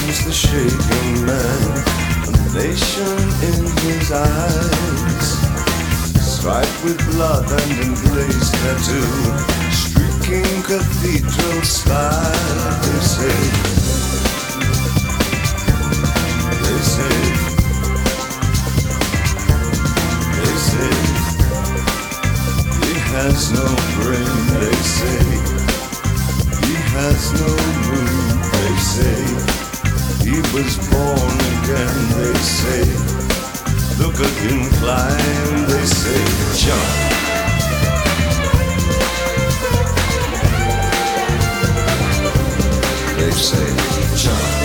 comes the shaken man, a nation in his eyes, striped with blood and emblazed tattoo, streaking cathedral spire. They say, he has no brain, they say. He has no room, they say. He was born again, they say. Look at him climb, they say. Jump. They say, jump.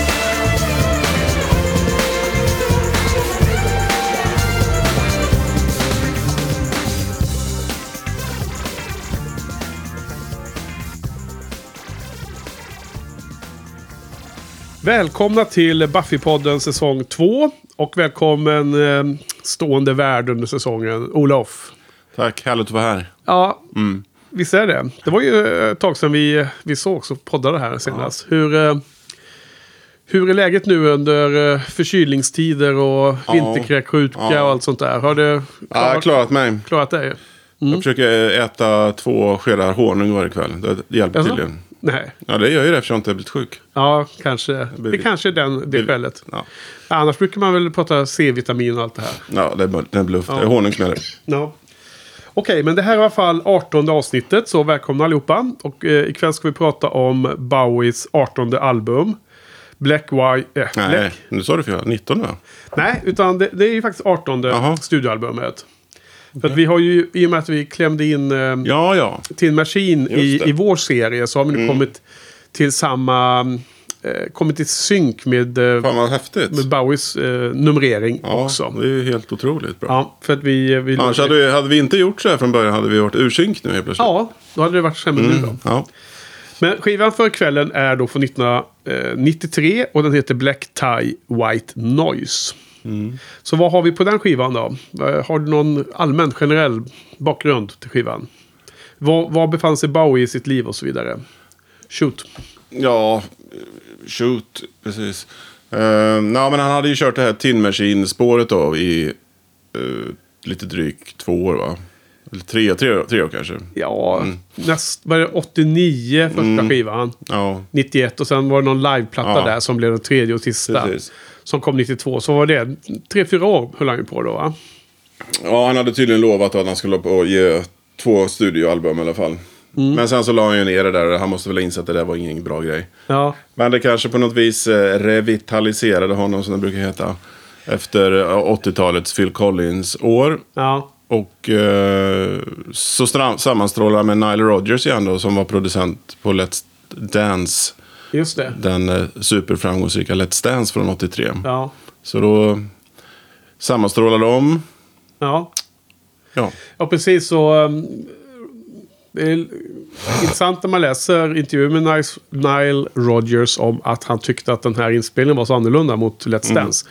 Välkomna till Buffy-podden säsong 2 och välkommen stående värd under säsongen, Olof. Tack, härligt att vara här. Ja, visst är det. Det var ju ett tag sedan vi såg också poddade här senast. Ja. Hur är läget nu under förkylningstider och vinterkräksjuka och allt sånt där? Har du klarat mig. Klarat dig? Jag försöker äta 2 skedar honung varje kväll. Det hjälper tydligen. Nej. Ja, det gör ju det eftersom jag inte har blivit sjuk. Ja, kanske. Det kanske är det skälet. Ja. Annars brukar man väl prata C-vitamin och allt det här. Ja, det är bluff. Det är honung som är det. Ja. Okej, men det här är i alla fall 18:e avsnittet, så välkomna allihopa. Och ikväll ska vi prata om Bowies 18:e album. Nej, nu sa du fel. 19 va? Nej, utan det är ju faktiskt 18:e studioalbumet. För att vi har ju, i och med att vi klämde in Tin Machine i vår serie, så har vi nu kommit till kommit i synk med Bowies numrering också. Det är ju helt otroligt bra. Ja, för att vi annars hade vi inte gjort så här från början, hade vi varit ursynk nu helt plötsligt. Ja, då hade det varit sämre nu då. Ja. Men skivan för kvällen är då från 1993 och den heter Black Tie White Noise. Så vad har vi på den skivan då? Har du någon allmän generell bakgrund till skivan? Var befann sig Bowie i sitt liv och så vidare? Shoot. Ja, shoot, precis. Men han hade ju kört det här Tin Machine-spåret då i lite drygt 2 år va? Eller 3 år kanske. Ja, var det 89 första skivan. Ja. 91 och sen var det någon liveplatta där som blev den tredje och sista. Precis. Som kom 92. Så var det 3-4 år höll han ju på då va? Ja, han hade tydligen lovat att han skulle på ge 2 studioalbum i alla fall. Men sen så la han ju ner det där. Han måste väl inse att det där var ingen bra grej. Ja. Men det kanske på något vis revitaliserade honom, som det brukar heta. Efter 80-talets Phil Collins år. Ja. Och så sammanstrålar med Nile Rodgers igen då, som var producent på Let's Dance. Just det. Den superframgångsrika Let's Dance från 83. Ja. Så då sammanstrålar de. Ja. Ja, precis så. Det är intressant när man läser intervjuer med Nile Rodgers om att han tyckte att den här inspelningen var så annorlunda mot Let's Dance.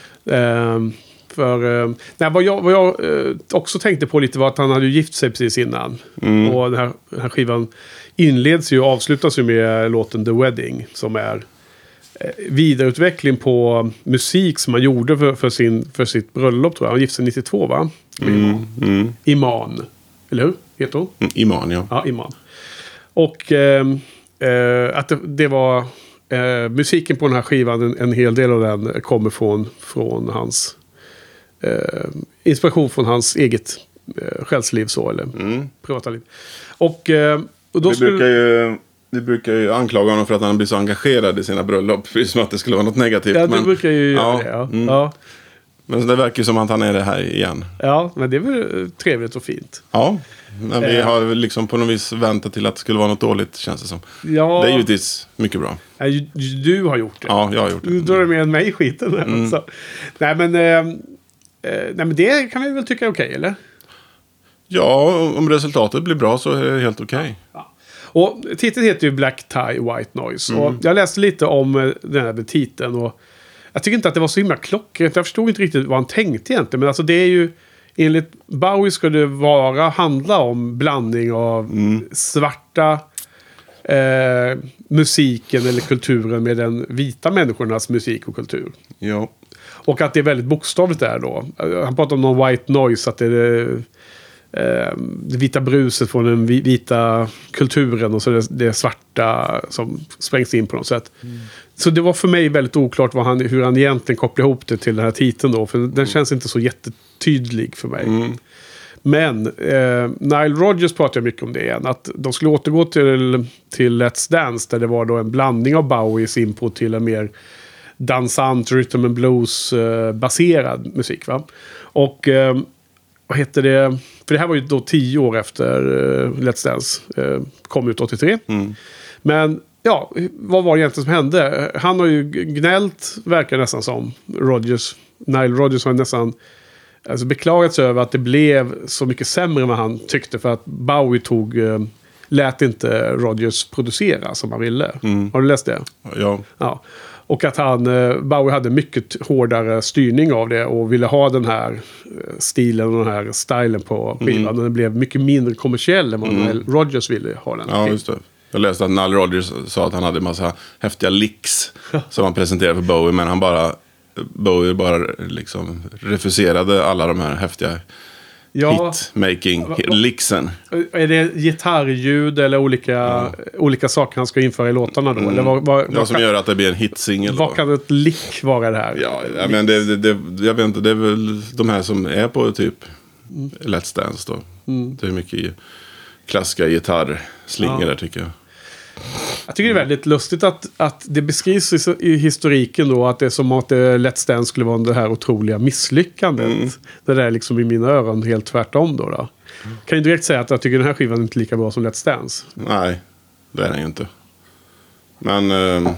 Vad jag också tänkte på lite var att han hade ju gift sig precis innan. Och den här skivan inleds ju och avslutas ju med låten The Wedding, som är vidareutveckling på musik som han gjorde för sitt bröllop, tror jag. Han gifte sig 92 va? Iman. Eller hur? Heter hon? Iman, ja. Ja, Iman. Och att det var musiken på den här skivan, en hel del av den kommer från hans inspiration från hans eget själsliv så, eller privata liv. Och då vi brukar ju anklaga honom för att han blir så engagerad i sina bröllop, som att det skulle vara något negativt. Ja, det brukar ju göra det, ja. Men det verkar ju som att han är det här igen. Ja, men det är väl trevligt och fint. Ja, men vi har liksom på något vis väntat till att det skulle vara något dåligt, känns det som. Ja. Det är ju mycket bra. Du har gjort det. Ja, jag har gjort det. Du drar med mig i skiten där också. Nej, men det kan vi väl tycka är okej, eller? Ja, om resultatet blir bra så är det helt okej. Ja. Och titeln heter ju Black Tie White Noise. Och jag läste lite om den här titeln och jag tycker inte att det var så himla klockrent. Jag förstod inte riktigt vad han tänkte egentligen. Men alltså det är ju, enligt Bowie ska det handla om blandning av svarta musiken eller kulturen med den vita människornas musik och kultur. Ja. Och att det är väldigt bokstavligt där då. Han pratar om någon white noise, att det är det vita bruset från den vita kulturen och så det svarta som sprängs in på något sätt. Så det var för mig väldigt oklart hur han egentligen kopplar ihop det till den här titeln då, för den känns inte så jättetydlig för mig. Men Nile Rodgers pratar mycket om det igen, att de skulle återgå till Let's Dance, där det var då en blandning av Bowies input till en mer dansant, rhythm and blues baserad musik, va? Och vad heter det? För det här var ju då 10 år efter Let's Dance. Kom ut 83. Men ja, vad var det egentligen som hände? Han har ju gnällt, verkar nästan som Nile Rodgers har nästan beklagat sig över att det blev så mycket sämre än vad han tyckte, för att Bowie lät inte Rodgers producera som han ville. Har du läst det? Ja. Och att Bowie hade mycket hårdare styrning av det och ville ha den här stilen och den här stilen på skivan. Den blev mycket mindre kommersiell än vad Rodgers ville ha den. Ja, just det. Jag läste att Nile Rodgers sa att han hade en massa häftiga licks som han presenterade för Bowie, men Bowie bara liksom refuserade alla de här häftiga hitmaking-licksen. Är det gitarrljud eller olika saker han ska införa i låtarna då? Eller som gör att det blir en hitsingel. Vad kan ett lick vara det här? Ja, men jag vet inte, det är väl de här som är på typ Let's Dance då. Det är mycket klassiska gitarrslingor där, tycker jag. Jag tycker det är väldigt lustigt att det beskrivs i historiken då, att det är som att Let's Dance skulle vara det här otroliga misslyckandet. Det där är liksom i mina öron helt tvärtom då. Kan ju direkt säga att jag tycker den här skivan är inte lika bra som Let's Dance. Nej, det är den ju inte. Men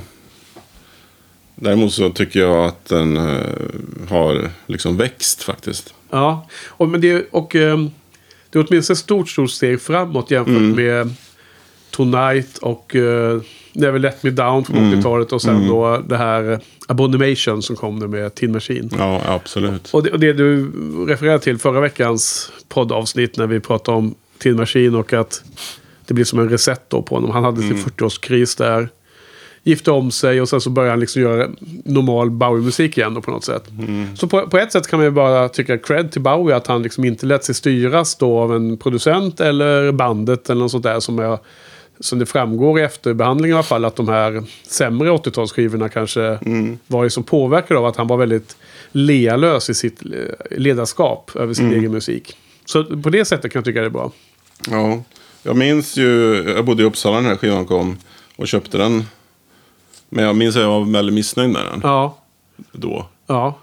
däremot så tycker jag att den har liksom växt faktiskt. Ja, det är åtminstone ett stort steg framåt jämfört med Tonight och Never Let Me Down från 80-talet och sen då det här Abomination som kom nu med Tin Machine. Ja, absolut. Och det du refererade till förra veckans poddavsnitt när vi pratade om Tin Machine och att det blir som en reset då på honom. Han hade sin 40-årskris där, gifte om sig och sen så började han liksom göra normal Bowie-musik igen då på något sätt. Så på ett sätt kan man ju bara tycka cred till Bowie att han liksom inte lät sig styras då av en producent eller bandet eller något sånt där som det framgår i efterbehandlingen i alla fall, att de här sämre 80-talsskivorna kanske var ju som påverkade av att han var väldigt lealös i sitt ledarskap över sin egen musik. Så på det sättet kan jag tycka det är bra. Ja, jag minns ju, jag bodde i Uppsala när den här skivan kom och köpte den. Men jag minns att jag var väldigt missnöjd med den. Ja. Då. Ja.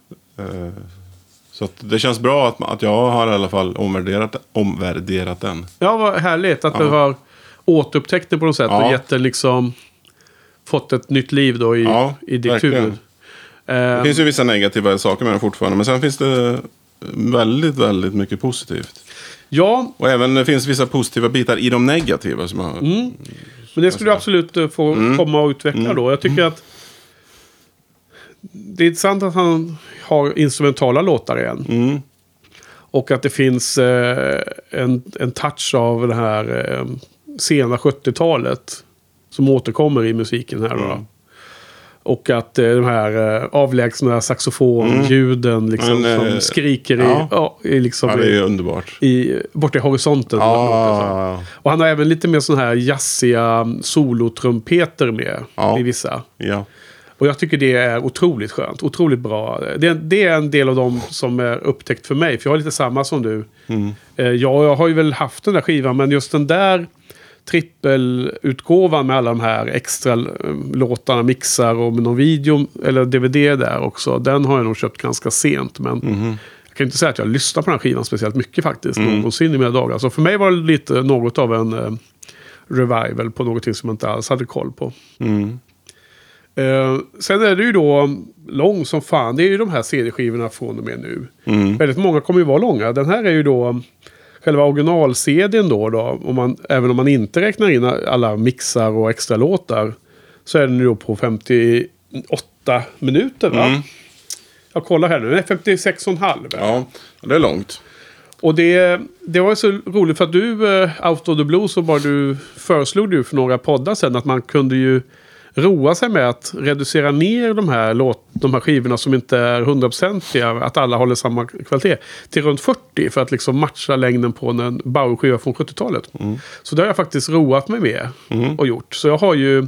Så att det känns bra att jag har i alla fall omvärderat den. Ja, vad härligt att du har återupptäckt det på något sätt och gett den liksom fått ett nytt liv då i ditt huvud. Det finns ju vissa negativa saker med den fortfarande, men sen finns det väldigt, väldigt mycket positivt. Ja. Och även det finns vissa positiva bitar i de negativa som har... Men det skulle du absolut få komma och utveckla då. Jag tycker att det är intressant att han har instrumentala låtar igen. Och att det finns en touch av det här sena 70-talet som återkommer i musiken här då. Och att de här avlägsna saxofonljuden liksom, som skriker i liksom, det är underbart. Borta i horisonten. Och han har även lite mer sån här jazziga solotrumpeter med i vissa. Ja. Och jag tycker det är otroligt skönt. Otroligt bra. Det är en del av dem som är upptäckt för mig. För jag har lite samma som du. Jag har ju väl haft den där skivan. Men just den där trippelutgåvan med alla de här extra låtarna, mixar och med någon video eller DVD där också. Den har jag nog köpt ganska sent. Men jag kan inte säga att jag lyssnar på den här skivan speciellt mycket faktiskt. Någonsin i mina dagar. Så för mig var det lite något av en revival på någonting som jag inte alls hade koll på. Sen är det ju då lång som fan. Det är ju de här CD-skivorna från och med nu. Väldigt många kommer ju vara långa. Den här är ju då själva original-CDn då även om man inte räknar in alla mixar och extra låtar, så är den ju då på 58 minuter va? Jag kollar här nu. Den är 56,5. Ja, det är långt. Och det var så roligt för att du, Out of the Blue, så bara du föreslog du för några poddar sedan att man kunde ju roa sig med att reducera ner de här skivorna som inte är 100%, att alla håller samma kvalitet, till runt 40 för att liksom matcha längden på en Bowie-skiva från 70-talet. Så det har jag faktiskt roat mig med och gjort. Så jag har ju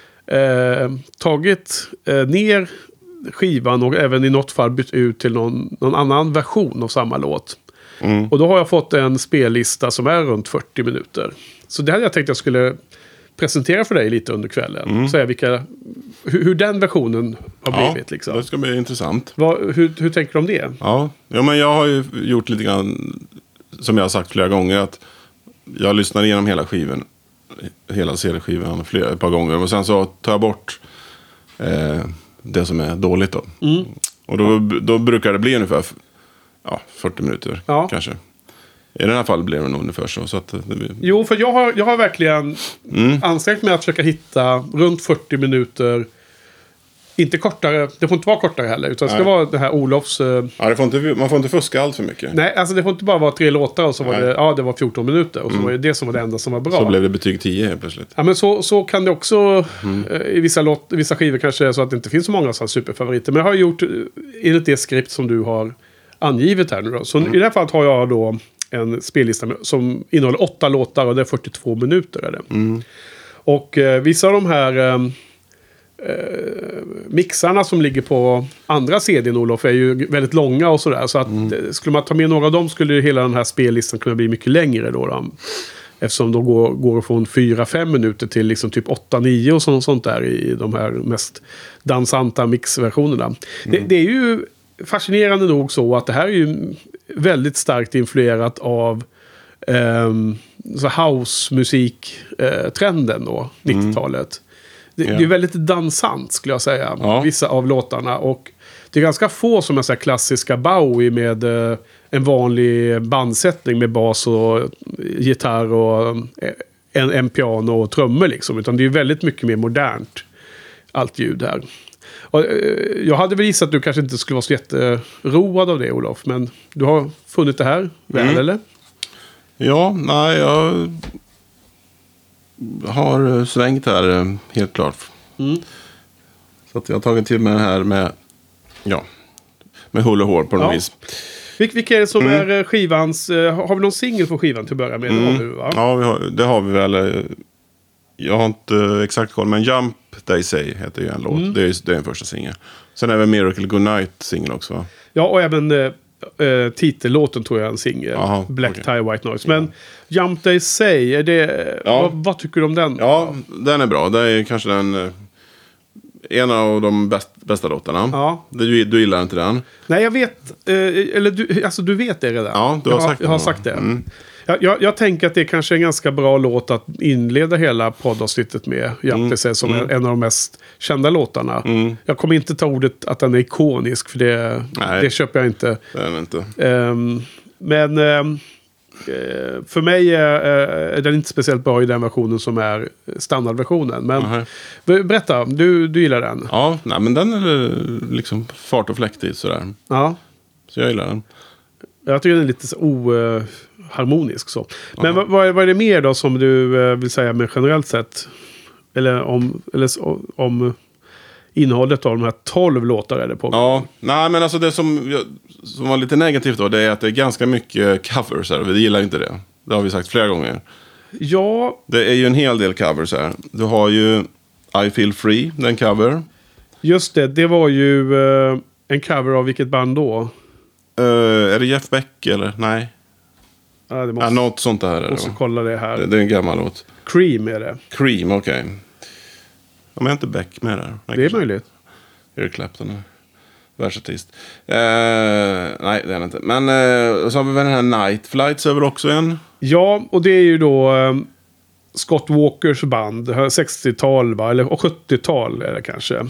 tagit ner skivan och även i något fall bytt ut till någon annan version av samma låt. Och då har jag fått en spellista som är runt 40 minuter. Så det hade jag tänkt att jag skulle presentera för dig lite under kvällen. Säga hur den versionen har blivit. Liksom. Det ska bli intressant. Hur tänker du om det? Ja, men jag har ju gjort lite grann, som jag har sagt flera gånger, att jag lyssnar igenom hela CD-skivan ett par gånger. Och sen så tar jag bort det som är dåligt då. Och då brukar det bli ungefär 40 minuter kanske. I den här fallet blir det nog ungefär så att Jo, för jag har verkligen ansträngt mig att försöka hitta runt 40 minuter. Inte kortare, det får inte vara kortare heller. Utan det ska vara det här Olofs... man får inte fuska allt för mycket. Nej, alltså det får inte bara vara 3 låtar och så var det var 14 minuter. Och så var det som var det enda som var bra. Så blev det betyg 10 helt plötsligt. Ja, men så kan det också i vissa skivor kanske så att det inte finns så många sådana superfavoriter. Men jag har gjort enligt det skript som du har angivit här nu då. Så i det här fallet har jag då en spellista som innehåller 8 låtar och det är 42 minuter. Är det. Och vissa av de här mixarna som ligger på andra CD:n, Olof, är ju väldigt långa och sådär. Så att skulle man ta med några av dem skulle hela den här spellistan kunna bli mycket längre då. Eftersom de går från 4-5 minuter till liksom typ 8-9 och sånt där i de här mest dansanta mixversionerna. Det är ju fascinerande nog så att det här är ju väldigt starkt influerat av house-musik-trenden då, 90-talet. Det är väldigt dansant skulle jag säga, vissa av låtarna. Och det är ganska få som är så här klassiska Bowie med en vanlig bandsättning med bas och gitarr och en piano och trummor liksom. Utan det är väldigt mycket mer modernt allt ljud här. Och, jag hade väl gissat att du kanske inte skulle vara så jätteroad av det, Olof. Men du har funnit det här väl, eller? Ja, nej, jag har svängt här helt klart. Så att jag har tagit till mig det här med hull och hår på något vis. Vilka är det som är skivans... har vi någon singel på skivan till att börja med? Det har du, va? Ja, det har vi väl. Jag har inte exakt koll, men Jump They Say heter ju en låt. Det är en första singel. Sen är väl Miracle Goodnight singel också, va? Ja, och även titellåten tror jag är en singel. Black Tie White Noise. Men Jump They Say, är det, vad tycker du om den? Ja, den är bra. Det är kanske en av de bästa låtarna. Ja. Du gillar inte den? Nej, jag vet. Eller du vet det redan. Ja, jag har sagt det. Jag tänker att det är kanske är en ganska bra låt att inleda hela poddavsnittet med. Jump They Say som är en av de mest kända låtarna. Jag kommer inte ta ordet att den är ikonisk, för det köper jag inte. Det är den inte. Men för mig är den inte speciellt bra i den versionen som är standardversionen. Men berätta, du gillar den? Ja, nej, men den är liksom fart och fläkt i sådär. Ja. Så jag gillar den. Jag tycker den är lite så oharmonisk så. Men vad är det mer då som du vill säga med generellt sett? Eller om innehållet av de här 12 låtar är det på? Ja, nej, men alltså det som var lite negativt då, det är att det är ganska mycket covers här. Vi gillar inte det. Det har vi sagt flera gånger. Ja. Det är ju en hel del covers här. Du har ju I Feel Free, den cover. Just det var ju en cover av vilket band då? Är det Jeff Beck eller? Nej. Ja, det måste, något sånt där. Måste kolla det här. Det är en gammal låt. Cream är det. Cream, okej. Om jag inte Beck med där. Det är möjligt. Eric Clapton är världsartist. Nej, det är det inte. Men så har vi väl den här Night Flights över också en. Ja, och det är ju då Scott Walkers band. 60-tal, va? Eller 70-tal är det kanske.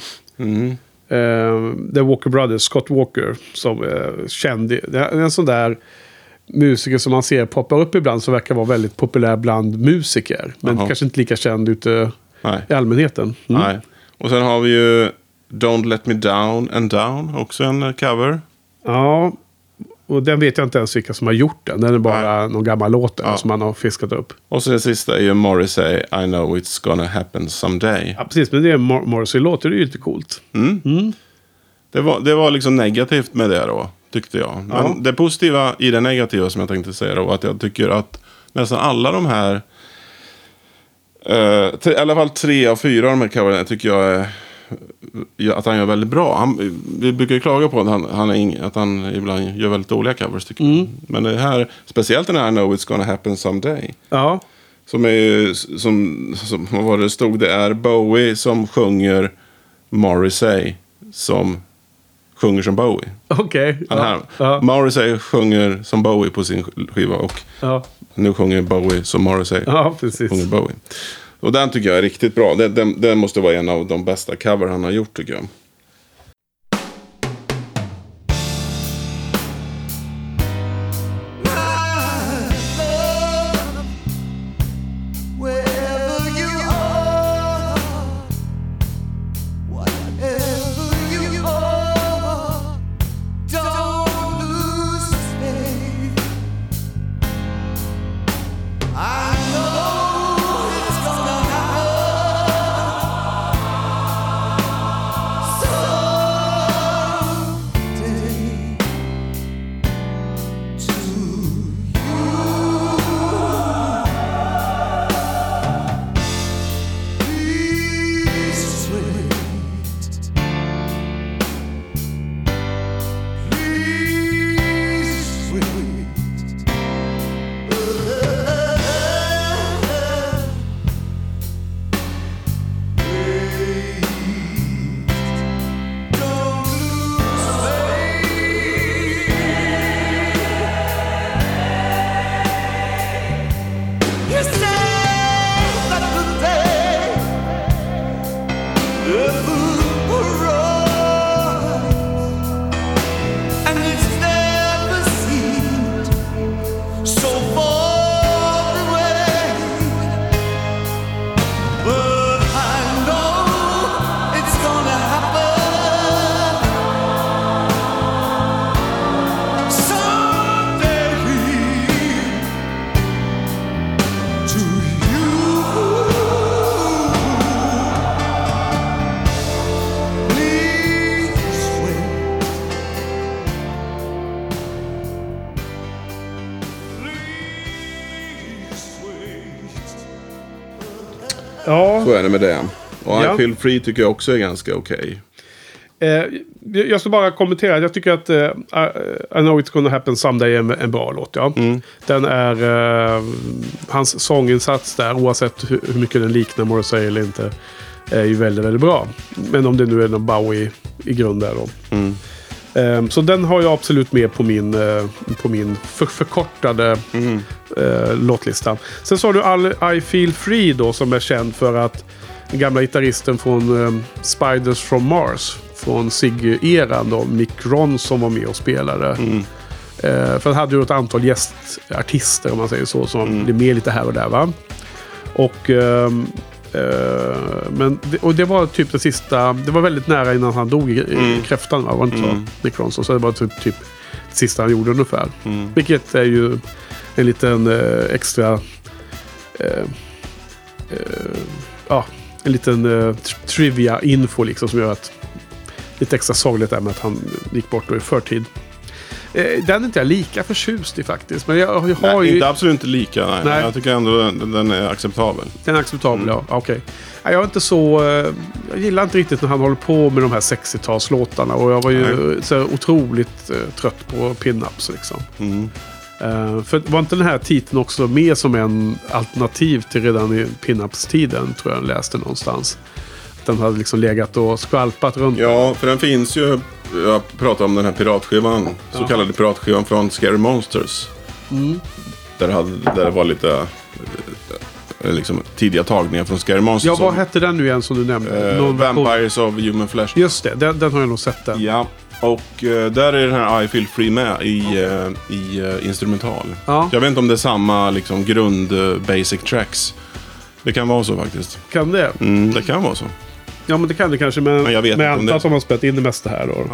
The Walker Brothers, Scott Walker, som känd. Det är en sån där musiker som man ser poppar upp ibland, som verkar vara väldigt populär bland musiker. Men kanske inte lika känd ute i allmänheten. Nej. Och sen har vi ju Don't Let Me Down and Down, också en cover. Ja, Och den vet jag inte ens vilka som har gjort den. Den är bara någon gammal låt som man har fiskat upp. Och så det sista är ju Morrissey, I know it's gonna happen someday. Ja, precis. Men det är Morrissey-låter, det är ju lite coolt. Det var liksom negativt med det då, tyckte jag. Men det positiva i det negativa som jag tänkte säga då, att jag tycker att nästan alla de här, i alla fall 3 av 4 av de här coverna tycker jag är, att han gör väldigt bra. Vi brukar ju klaga på att han ibland gör väldigt dåliga covers, tycker jag. Men det här, speciellt den här I know it's gonna happen someday. Ja. Som är ju, som vad det stod, det är Bowie som sjunger, Morrissey som sjunger som Bowie. Okej. Morrissey sjunger som Bowie på sin skiva och nu sjunger Bowie som Morrissey sjunger Bowie. Och den tycker jag är riktigt bra. Den måste vara en av de bästa cover han har gjort, tycker jag. Ja. Så är det med det. Och I Feel Free tycker jag också är ganska okej. Jag ska bara kommentera. Jag tycker att I know it's gonna happen someday är en bra låt. Ja. Den är hans sånginsats där, oavsett hur mycket den liknar Morrissey eller inte, är ju väldigt, väldigt bra. Men om det nu är någon Bowie i grund där då. Så den har jag absolut med på min förkortade låtlista. Sen så har du I Feel Free då, som är känd för att den gamla gitarristen från Spiders from Mars, från Ziggy-eran då, Mick Ronson var med och spelade. För han hade ju ett antal gästartister, om man säger så, som blev med lite här och där, va? Och och det var typ det sista, det var väldigt nära innan han dog i kräftan, va? Var inte så? Mick Ronson, så det var typ det sista han gjorde ungefär. Vilket är ju en liten extra en liten trivia-info liksom, som gör att lite extra sorgligt där med att han gick bort då i förtid. Den är inte jag lika förtjust i faktiskt. Men jag har ju... Inte absolut inte lika, nej. Jag tycker ändå den är acceptabel. Den är acceptabel, ja. Okej. Jag är inte så... Jag gillar inte riktigt när han håller på med de här 60-talslåtarna. Och jag var ju så otroligt trött på pin-ups liksom. För var inte den här titeln också med som en alternativ till redan i pin-ups-tiden, tror jag läste någonstans. Att den hade liksom legat och skvalpat runt. Ja, för den finns ju... Jag pratade om den här piratskivan, så kallade piratskivan från Scary Monsters. Där det var lite liksom tidiga tagningar från Scary Monsters. Ja, vad hette den nu igen som du nämnde? Vampires of Human Flesh. Just det, den har jag nog sett den. Ja, och där är den här I Feel Free med i instrumental. Ja. Jag vet inte om det är samma liksom basic tracks. Det kan vara så faktiskt. Kan det? Det kan vara så. Ja, men det kan det kanske, men jag vet inte om det som har spelat in det mesta här då. Ja.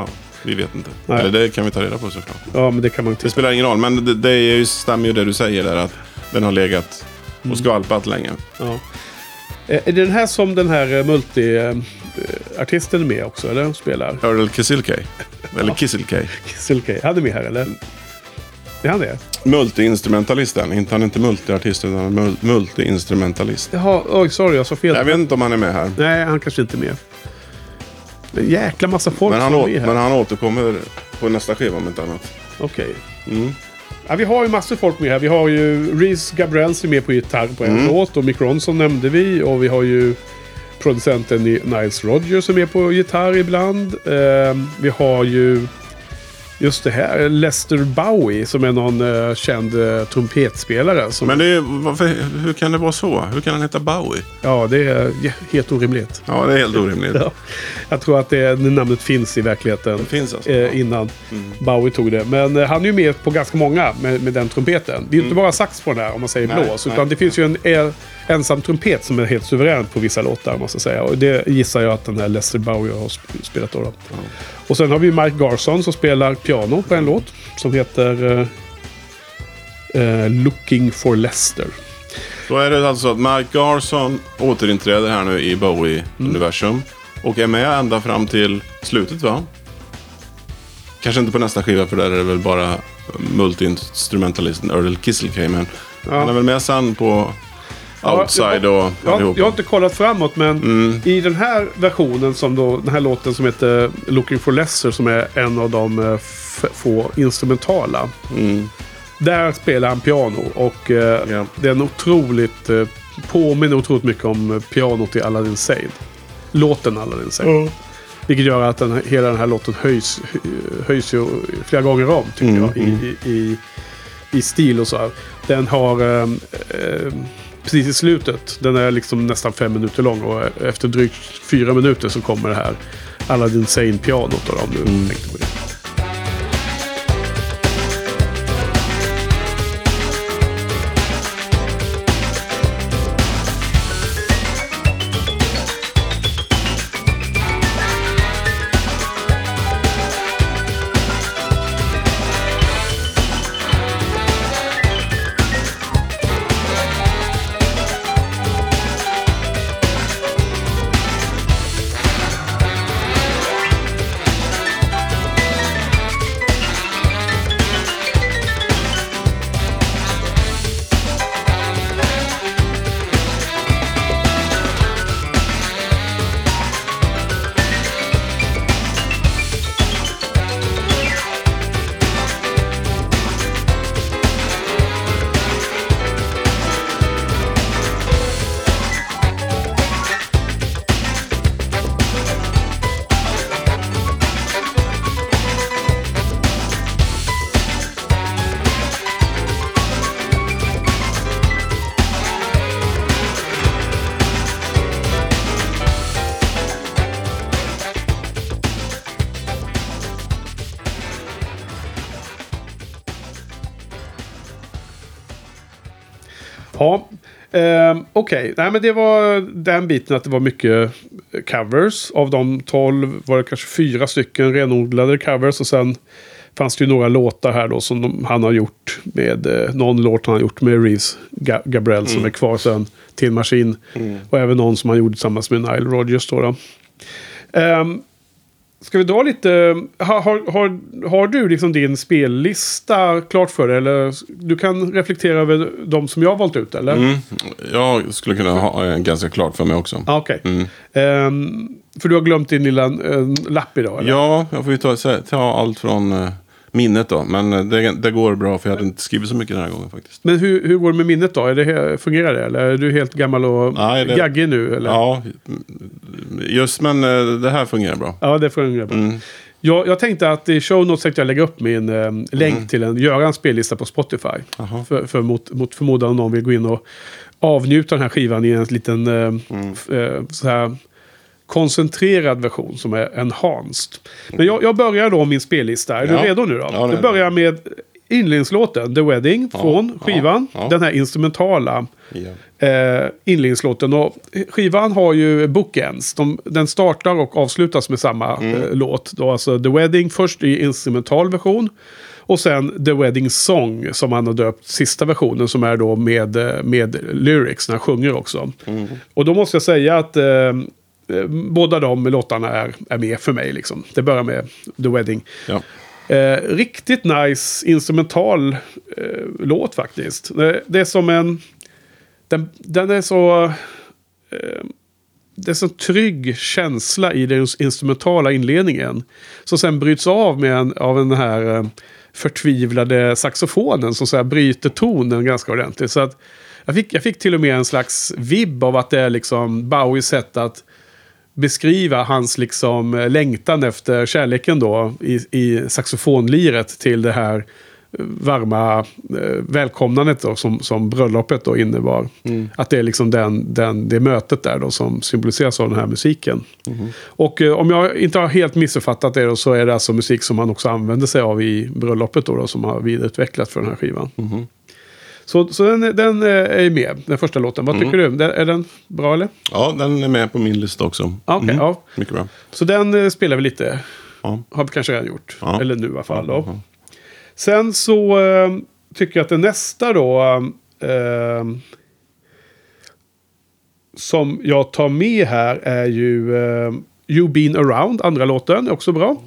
Vi vet inte. Nej. Eller det kan vi ta reda på såklart. Ja, men det kan man inte. Det spelar ingen roll, men det är ju, stämmer ju det du säger där, att den har legat och skvalpat länge. Ja. Är det den här som den här multi-artisten är med också, eller? Spelar? Earl Kisilkay. Eller Kisilkay. Kisilkay. Han är med här, eller? Är han det? Multi-instrumentalisten. Han är inte multiartist, utan multi-instrumentalist. Jaha, oj, sorry, jag sa fel. Jag vet inte om han är med här. Nej, han kanske inte är med. Det är en jäkla massa folk Men som är med här. han återkommer på nästa skiva om inte annat. Okej. Ja, vi har ju massor folk med här. Vi har ju Reese Gabrels som är med på gitarr på en låt. Och Mick Ronson nämnde vi. Och vi har ju producenten Niles Rodgers som är på gitarr ibland. Vi har ju just det här, Lester Bowie som är någon känd trumpetspelare. Som... Men hur kan det vara så? Hur kan han heta Bowie? Ja, det är helt orimligt. Ja, det är helt orimligt. Ja. Jag tror att det namnet finns i verkligheten. Det finns alltså. Innan Bowie tog det. Men han är ju med på ganska många med den trumpeten. Det är ju inte bara sax på den här om man säger blås. Utan det finns ju en ensam trumpet som är helt suverän på vissa låtar måste jag säga. Och det gissar jag att den här Lester Bowie har spelat då. Och sen har vi Mike Garson som spelar piano på en låt som heter Looking for Lester. Då är det alltså att Mike Garson återinträder här nu i Bowie-universum. Och är med ända fram till slutet, va? Kanske inte på nästa skiva, för där är det väl bara multi-instrumentalisten Earl Kisilkay. Men han är väl med sen på Outside och jag har inte kollat framåt, men i den här versionen som då, den här låten som heter Looking for Lesser, som är en av de få instrumentala. Där spelar han piano och det är en otroligt påminner otroligt mycket om pianot i Aladdin Sane. Låten Aladdin Sane. Vilket gör att hela den här låten höjs ju flera gånger om, tycker jag, i stil och så här. Den har precis i slutet, den är liksom nästan 5 minuter lång, och efter drygt 4 minuter så kommer det här Aladdin Sane-pianot, om du tänkte på det. Ja, okej. Nej, men det var den biten att det var mycket covers. Av de 12 var det kanske 4 stycken renodlade covers. Och sen fanns det ju några låtar här då som han har gjort med någon låt han har gjort med Reese Gabrel som är kvar sen till Maskin. Och även någon som han gjorde tillsammans med Nile Rodgers då. Ska vi dra lite... Har du liksom din spellista klart för dig? Eller du kan reflektera över de som jag har valt ut, eller? Jag skulle kunna ha en ganska klart för mig också. Okej. För du har glömt din lilla lapp idag, eller? Ja, jag får ju ta allt från minnet då. Men det går bra, för jag hade inte skrivit så mycket den här gången faktiskt. Men hur går det med minnet då? Fungerar det? Eller är du helt gammal och gaggig nu? Eller? Ja, men det här fungerar bra. Ja, det fungerar bra. Jag tänkte att i show notes tänkte jag lägga upp min länk till göra en spellista på Spotify. För mot förmodan om någon vill gå in och avnjuta den här skivan i en liten så här koncentrerad version som är enhanced. Men jag börjar då min spellista. Är du redo nu då? Ja, jag börjar med inledningslåten, The Wedding, från skivan. Ja. Den här instrumentala inledningslåten. Och skivan har ju bookends. Den startar och avslutas med samma låt. Då, alltså The Wedding först i instrumental version. Och sen The Wedding Song som han har döpt sista versionen som är då med lyrics när han sjunger också. Och då måste jag säga att båda de låtarna är med för mig. Liksom. Det börjar med The Wedding. Ja. Riktigt nice instrumental låt faktiskt. Det är som en... Den är så... det är så trygg känsla i den instrumentala inledningen. Som sen bryts av av den här förtvivlade saxofonen som så här bryter tonen ganska ordentligt. Så att jag fick till och med en slags vibb av att det är liksom Bowies sätt att beskriva hans liksom längtan efter kärleken då i saxofonliret till det här varma välkomnandet då, som bröllopet då innebar. Att det är liksom det mötet där då som symboliseras av den här musiken. Och om jag inte har helt missuppfattat det då, så är det alltså musik som man också använder sig av i bröllopet då som har vidareutvecklat för den här skivan. Så den är ju med, den första låten. Vad tycker du? Är den bra eller? Ja, den är med på min lista också. Okay, ja. Mycket bra. Så den spelar vi lite. Ja. Har vi kanske redan gjort. Ja. Eller nu i alla fall då. Ja. Sen så tycker jag att det nästa då som jag tar med här är ju You Been Around, andra låten, är också bra.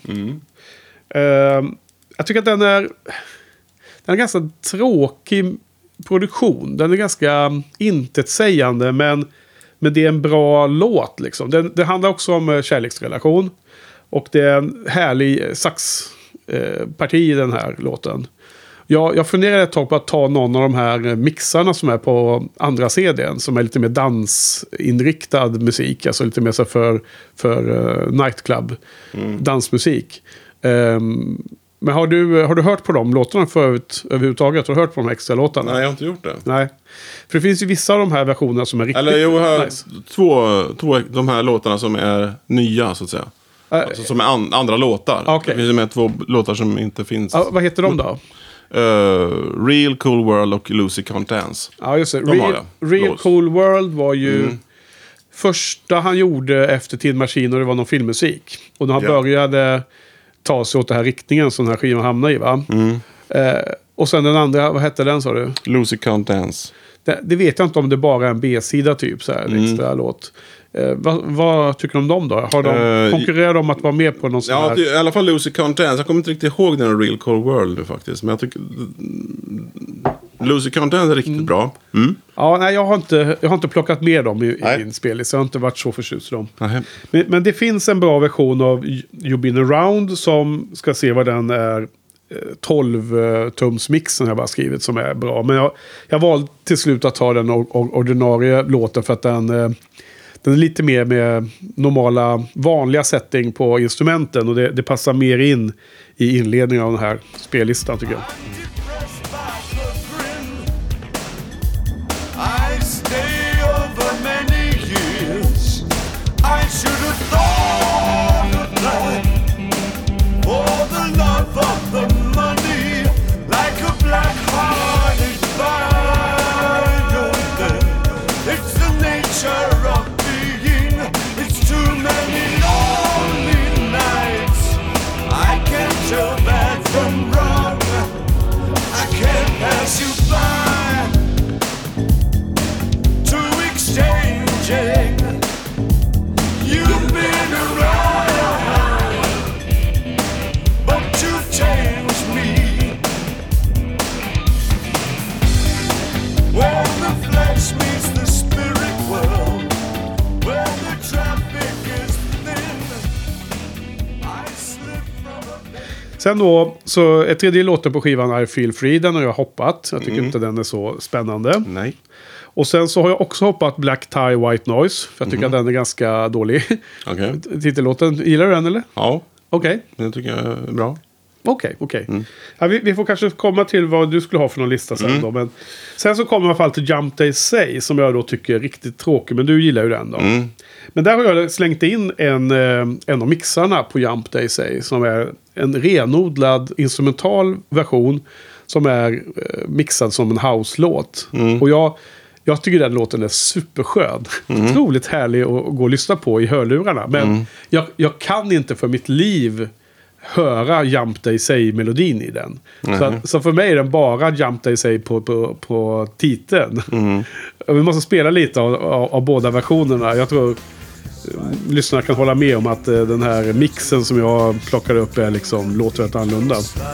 Jag tycker att den är ganska tråkig produktion. Den är ganska intetsägande, men det är en bra låt liksom. Det handlar också om kärleksrelation. Och det är en härlig saxparti i den här låten. Jag funderade ett tag på att ta någon av de här mixarna som är på andra CD:n, som är lite mer dansinriktad musik, alltså lite mer så för nightclub dansmusik. Men har du hört på de låtarna förut överhuvudtaget? Har du hört på de extra låtarna? Nej, jag har inte gjort det. Nej. För det finns ju vissa av de här versionerna som är riktigt nice. Eller jag har nice. två de här låtarna som är nya så att säga. Alltså som är andra låtar. Okay. Det finns med 2 låtar som inte finns. Vad heter de då? Real Cool World och Lucy Can't Dance. Ja, just det. Real Cool World var ju första han gjorde efter Tid Machine, och det var någon filmmusik. Och när han började ta sig åt den här riktningen som den här skivan hamnar i, va? Och sen den andra, vad hette den sa du? Lucy Can't Dance. Det vet jag inte om det bara är en B-sida typ, så här, en extra låt. Vad tycker du om dem då? Har de konkurrerat om att vara med på någon sån här? Ja, i alla fall Lucy Can't Dance. Jag kommer inte riktigt ihåg den Real Cold World nu faktiskt. Men jag tycker Lucy Can't Dance är riktigt bra. Ja, nej, jag har inte plockat med dem i min spellista. Jag har inte varit så förtjust i dem. Men det finns en bra version av You Been Around som ska se vad den är. 12-tums-mixen jag bara skrivit som är bra. Men jag valde till slut att ta den ordinarie låten för att den är lite mer med normala, vanliga setting på instrumenten. Och det passar mer in i inledningen av den här spellistan tycker jag. Sen då, så är tredje låten på skivan I Feel Free, den har jag hoppat. Jag tycker inte den är så spännande. Nej. Och sen så har jag också hoppat Black Tie White Noise, för jag tycker att den är ganska dålig. Okay. Titellåten, gillar du den eller? Ja, okay. Den tycker jag är bra. Okej. Ja, vi får kanske komma till vad du skulle ha för någon lista sen då. Men sen så kommer i alla fall till Jump They Say, som jag då tycker är riktigt tråkig. Men du gillar ju den då. Men där har jag slängt in en av mixarna på Jump They Say, som är en renodlad instrumental version som är mixad som en house-låt. Och jag tycker den låten är superskön. Otroligt härlig att gå och lyssna på i hörlurarna. Men jag kan inte för mitt liv höra Jump Day Say-melodin i den. Så för mig är den bara Jump Day Say på titeln. Vi måste spela lite av båda versionerna. Jag tror lyssnarna kan hålla med om att den här mixen som jag plockar upp är liksom låter rätt annorlunda.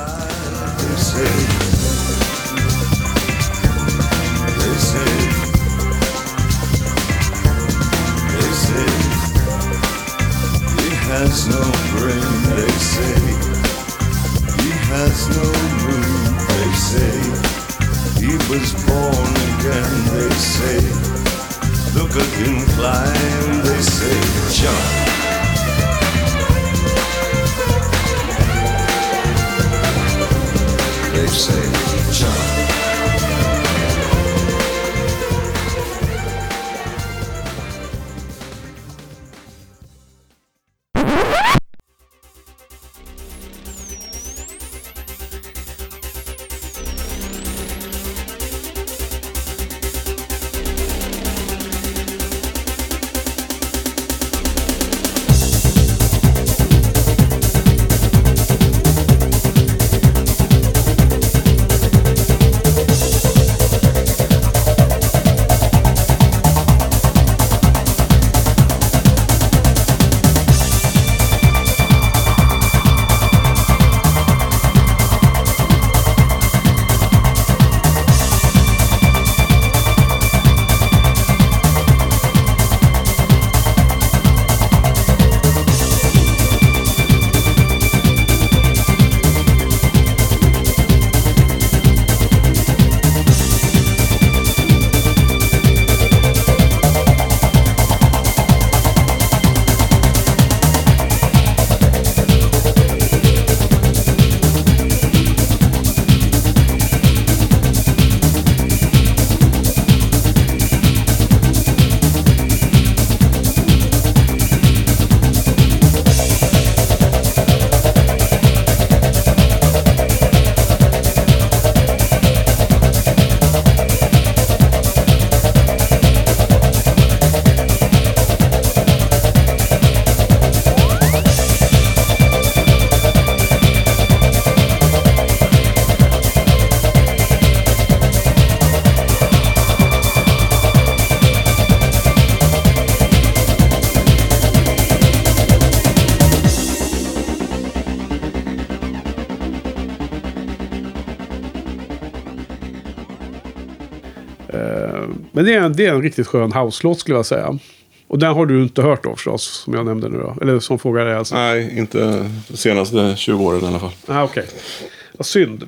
Has no brain, they say. He has no room, they say. He was born again, they say. Look at him climb, they say. Jump. They say, jump. Men det är en riktigt skön house-låt skulle jag säga. Och den har du inte hört då förstås, som jag nämnde nu då. Eller som frågar är alltså. Nej, inte de senaste 20 åren i alla fall. Okej. Vad synd.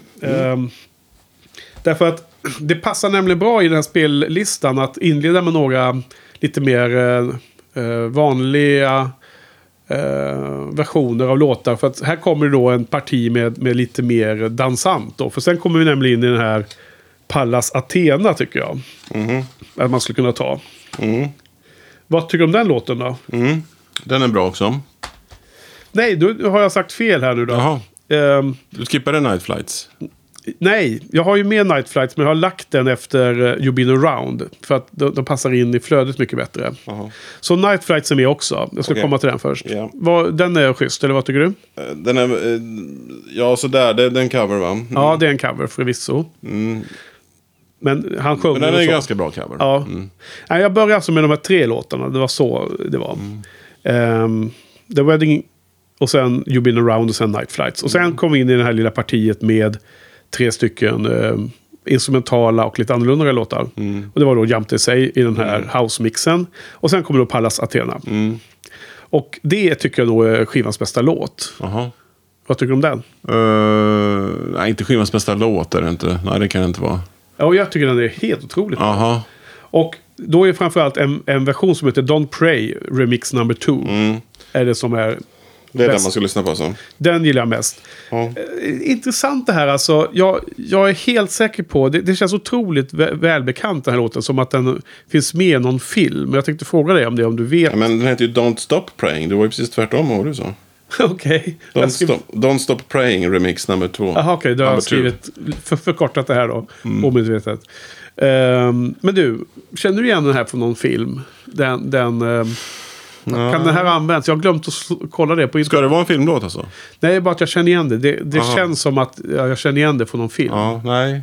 Därför att det passar nämligen bra i den här spellistan att inleda med några lite mer vanliga versioner av låtar. För att här kommer det då en parti med lite mer dansant då. För sen kommer vi nämligen in i den här Pallas Athena tycker jag. Att man skulle kunna ta. Vad tycker du om den låten då? Den är bra också. Nej, då har jag sagt fel här nu då. Jaha. Du skippade Night Flights. Nej, jag har ju med Night Flights men jag har lagt den efter You've Been Around. För att de passar in i flödet mycket bättre. Aha. Så Night Flights är med också. Jag ska komma till den först. Yeah. Den är schysst, eller vad tycker du? Den är, ja sådär, det är en cover va? Ja, det är en cover förvisso. Men han sjunger. Men den är en ganska bra cover. Ja. Nej, jag började alltså med de här 3 låtarna. Det var så det var. The Wedding och sen You've Been Around och sen Night Flights. Och sen kom vi in i det här lilla partiet med 3 stycken instrumentala och lite annorlunda låtar. Och det var då Jump Day Say i den här house-mixen. Och sen kommer då Pallas Athena. Och det tycker jag nog är skivans bästa låt. Aha. Vad tycker du om den? Nej, inte skivans bästa låt är det inte. Nej, det kan det inte vara. Ja, och jag tycker den är helt otroligt. Aha. Och då är framförallt en version som heter Don't Pray Remix number 2. Är det som är... Det är den man ska lyssna på så. Den gillar jag mest. Intressant det här alltså. Jag är helt säker på. Det känns otroligt välbekant den här låten. Som att den finns med i någon film. Jag tänkte fråga dig om det om du vet. Ja, men den heter ju Don't Stop Praying. Det var ju precis tvärtom vad du sa. Okej. Don't Stop Praying remix nummer 2. Jaha, okej. Du har skrivit förkortat det här då. Omedvetet. Men du, känner du igen den här från någon film? Kan den här användas? Jag har glömt att kolla det på internet. Ska det vara en filmlåt alltså? Nej, bara att jag känner igen det. Det känns som att jag känner igen det från någon film. Ja, nej.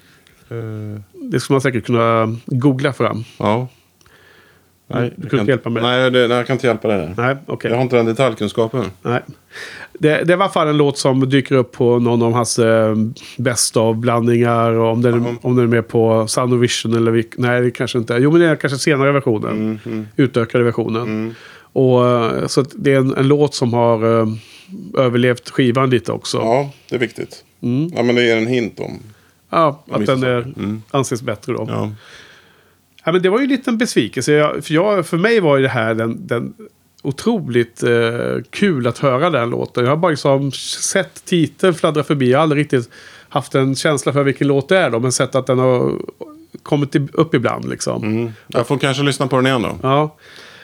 Det skulle man säkert kunna googla fram. Ja. Nej, du kan inte hjälpa mig. Nej, jag kan inte hjälpa dig. Nej, okej. Jag har inte den detaljkunskapen. Nej. Det är i alla fall en låt som dyker upp på någon av hans bästa av blandningar. Och om den är med på Sound of Vision eller nej, det kanske inte är. Jo, men det är kanske senare versionen. Utökade versionen. Och så att det är en låt som har överlevt skivan lite också. Ja, det är viktigt. Ja, men det är en hint om. Ja, att den anses bättre då. Ja. Ja, men det var ju en liten besvikelse. För mig var ju det här den otroligt kul att höra den låten. Jag har bara liksom sett titeln fladdra förbi. Jag har aldrig riktigt haft en känsla för vilken låt det är då. Men sett att den har kommit upp ibland liksom. Jag får kanske lyssna på den igen då. Ja.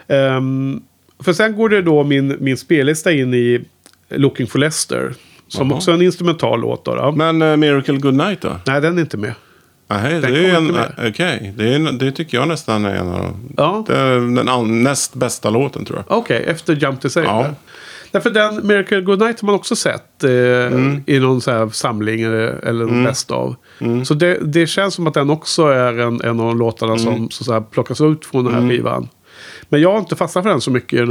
För sen går det då min spellista in i Looking for Lester. Som också är en instrumental låt då. Men Miracle Goodnight då? Nej, den är inte med. Nej, det är okej. Det tycker jag nästan är en av den näst bästa låten tror jag. Okej, efter Jump to Save. Ja. Därför den Miracle Goodnight har man också sett i någon så här samling eller någon bäst av. Så det känns som att den också är en av låtarna som så här plockas ut från den här skivan. Men jag har inte fastnat för den så mycket i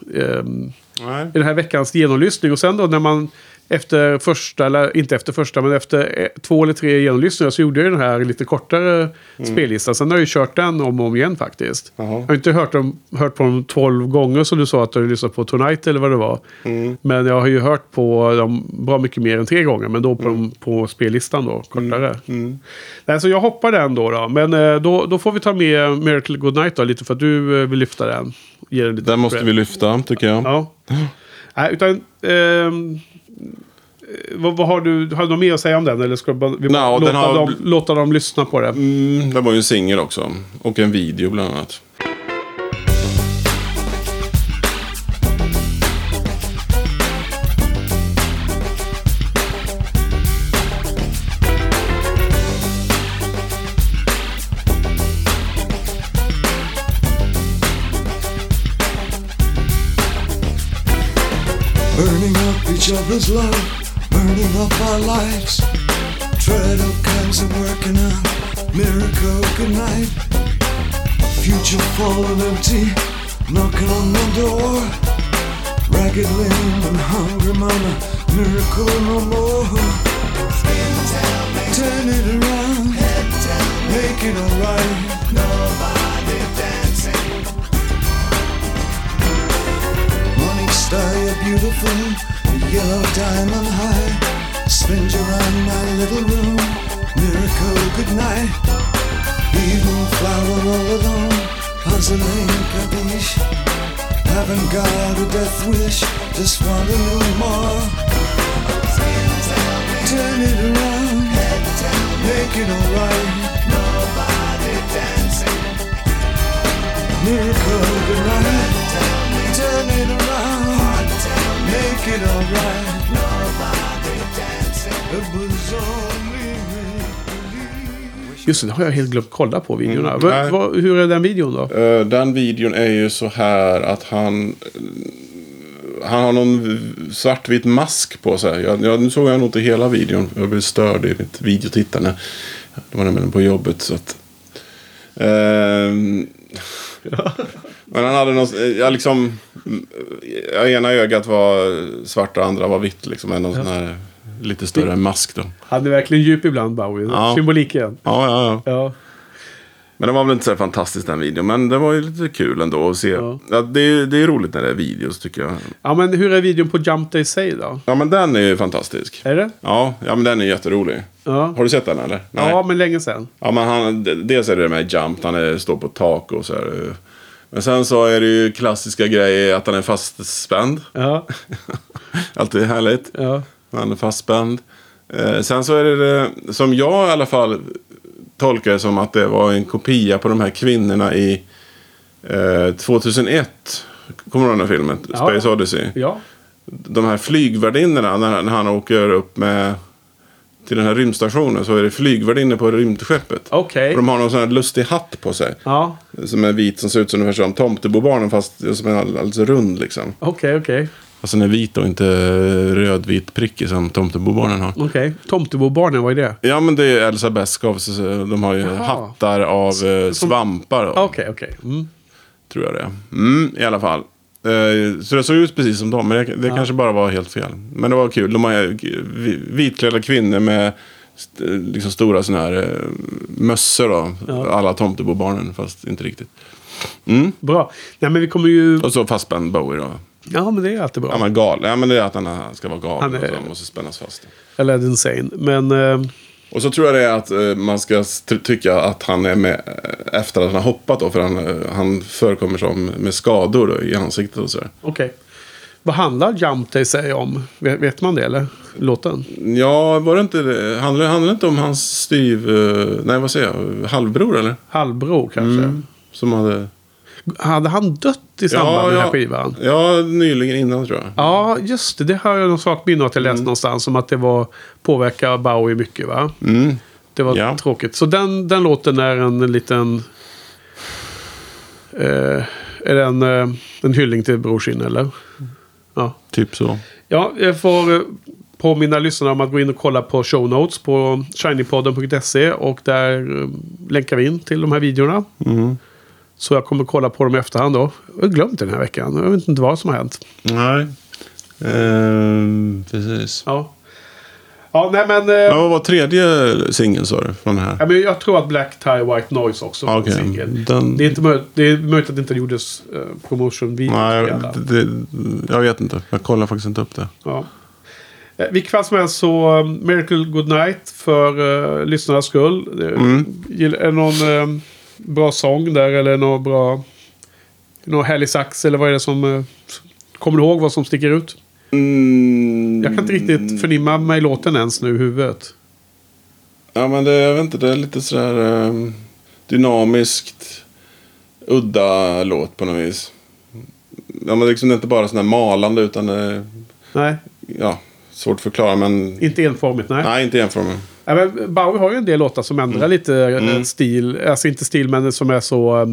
den här veckans genomlyssning. Och sen då när man efter första, eller inte efter första, men efter 2 eller 3 genomlyssningar så gjorde jag den här lite kortare spellistan. Sen har jag ju kört den om och om igen faktiskt. Jag har inte hört på dem 12 gånger som du sa att du har lyssnat på Tonight eller vad det var. Men jag har ju hört på dem bra mycket mer än 3 gånger, men då på spellistan då, kortare. Nej, så jag hoppar den då. Men då får vi ta med Miracle Goodnight då, lite för att du vill lyfta den. Den måste vi lyfta, tycker jag. Ja. Nej, utan... Vad har du något mer att säga om den? Eller ska vi låta dem lyssna på det? Det var ju en singel också. Och en video bland annat. Burning up each other's love, burning up our lives. Tread up cans and working on Miracle Goodnight. Future full and empty, knocking on the door. Ragged Lynn and hungry mama, miracle no more. Turn it around, make it alright. Nobody dancing. Morning star, you're beautiful, a yellow diamond high. Spins around my little room, miracle goodnight. Evening flower all alone, puzzling capiche. Haven't got a death wish, just want a little more. Turn it around, make it alright. Nobody dancing. Miracle goodnight. Turn it around, make it alright. Nobody dancing. It was only me. Just det, har jag helt glömt kolla på videorna. Hur är den videon då? Den videon är ju så här att han har någon svartvit mask på sig. Nu såg jag nog inte hela videon. Jag blev störd i mitt videotittande. Det var nämligen på jobbet. Så att, men han hade någon... ena ögat var svart och andra var vitt. Liksom, en sån här lite större mask då. Han är verkligen djup ibland, Bowie. Ja. Symboliken. Ja. Men det var väl inte så fantastiskt den videon. Men det var ju lite kul ändå att se. Ja. Ja, det är roligt när det är videos tycker jag. Ja, men hur är videon på Jump They Say då? Ja, men den är ju fantastisk. Är det? Ja, men den är jätterolig. Ja. Har du sett den eller? Nej. Ja, men länge sedan. Ja, men dels är det med Jump. Han står på tak och så här. Men sen så är det ju klassiska grejer att han är fastspänd. Ja. Alltid härligt. Ja. Han är fastspänd. Sen så är det som jag i alla fall tolkar det som att det var en kopia på de här kvinnorna i 2001. Kommer du ihåg den här filmen? Space Odyssey. Ja. de här flygvärdinnorna när han åker upp med till den här rymdstationen, så är det flygvärdinnor på rymdskeppet. Okej. Och de har någon sån här lustig hatt på sig. Ja. Som är vit, som ser ut som ungefär som Tomtebobarnen, fast som är alldeles rund liksom. Okej. Alltså den är vit och inte rödvit prickig som Tomtebobarnen har. Okej. Tomtebobarnen, vad är det? Ja, men det är Elsa Beskow. De har ju hattar av svampar. Okej. Tror jag det. I alla fall. Så det såg ut precis som dem. Men det kanske bara var helt fel. Men det var kul. De har vitklädda kvinnor med liksom stora såna här mössor då. Ja. Alla Tomtebobarnen, fast inte riktigt. Bra. Nej, men vi kommer ju... Och så fastspänn Bowie då. Ja, men det är alltid bra. Ja, men gal. Ja, men det är att han ska vara galen. Och så måste spännas fast. Eller insane. Men... Och så tror jag det är att man ska tycka att han är med efter att han har hoppat då. För han förekommer som med skador då, i ansiktet och sådär. Okej. Vad handlar Jump Day sig om? Vet man det, eller? Låten? Ja, var det inte det? Handlar det inte om hans nej, vad säger jag? Halvbror, eller? Halvbror, kanske. Som hade... Hade han dött i samband med den här skivan? Ja, nyligen innan, tror jag. Ja, just det. Det har jag någon sak minne att jag läst någonstans. Som att det var påverka Bowie mycket, va? Det var tråkigt. Så den låten är en liten... är det en hyllning till brorsin, eller? Ja. Typ så. Ja, jag får påminna lyssnarna om att gå in och kolla på show notes på shinypodden.se. Och där länkar vi in till de här videorna. Så jag kommer kolla på dem i efterhand då. Jag har glömt den här veckan. Jag vet inte vad som har hänt. Nej. Precis. Ja. Ja, nej men... vad var tredje singeln, sa du, från den här? Ja, men jag tror att Black Tie White Noise också var en singel. Det är inte det är möjligt att det inte gjordes promotion-video. Nej, jag vet inte. Jag kollar faktiskt inte upp det. Ja. Vilket fall som helst så Miracle Goodnight för lyssnarnas skull. Är det någon... bra sång där, eller någon härlig sax, eller vad är det som kommer du ihåg vad som sticker ut? Jag kan inte riktigt förnimma mig låten ens nu i huvudet. Ja, men jag vet inte, det är lite sådär dynamiskt udda låt på något vis. Ja, men liksom det är inte bara sån här malande, utan nej. Ja, svårt att förklara, men inte enformigt, nej. Nej, inte enformigt. Ja, men Bowie har ju en del låtar som ändrar lite stil. Alltså inte stil, men som är så...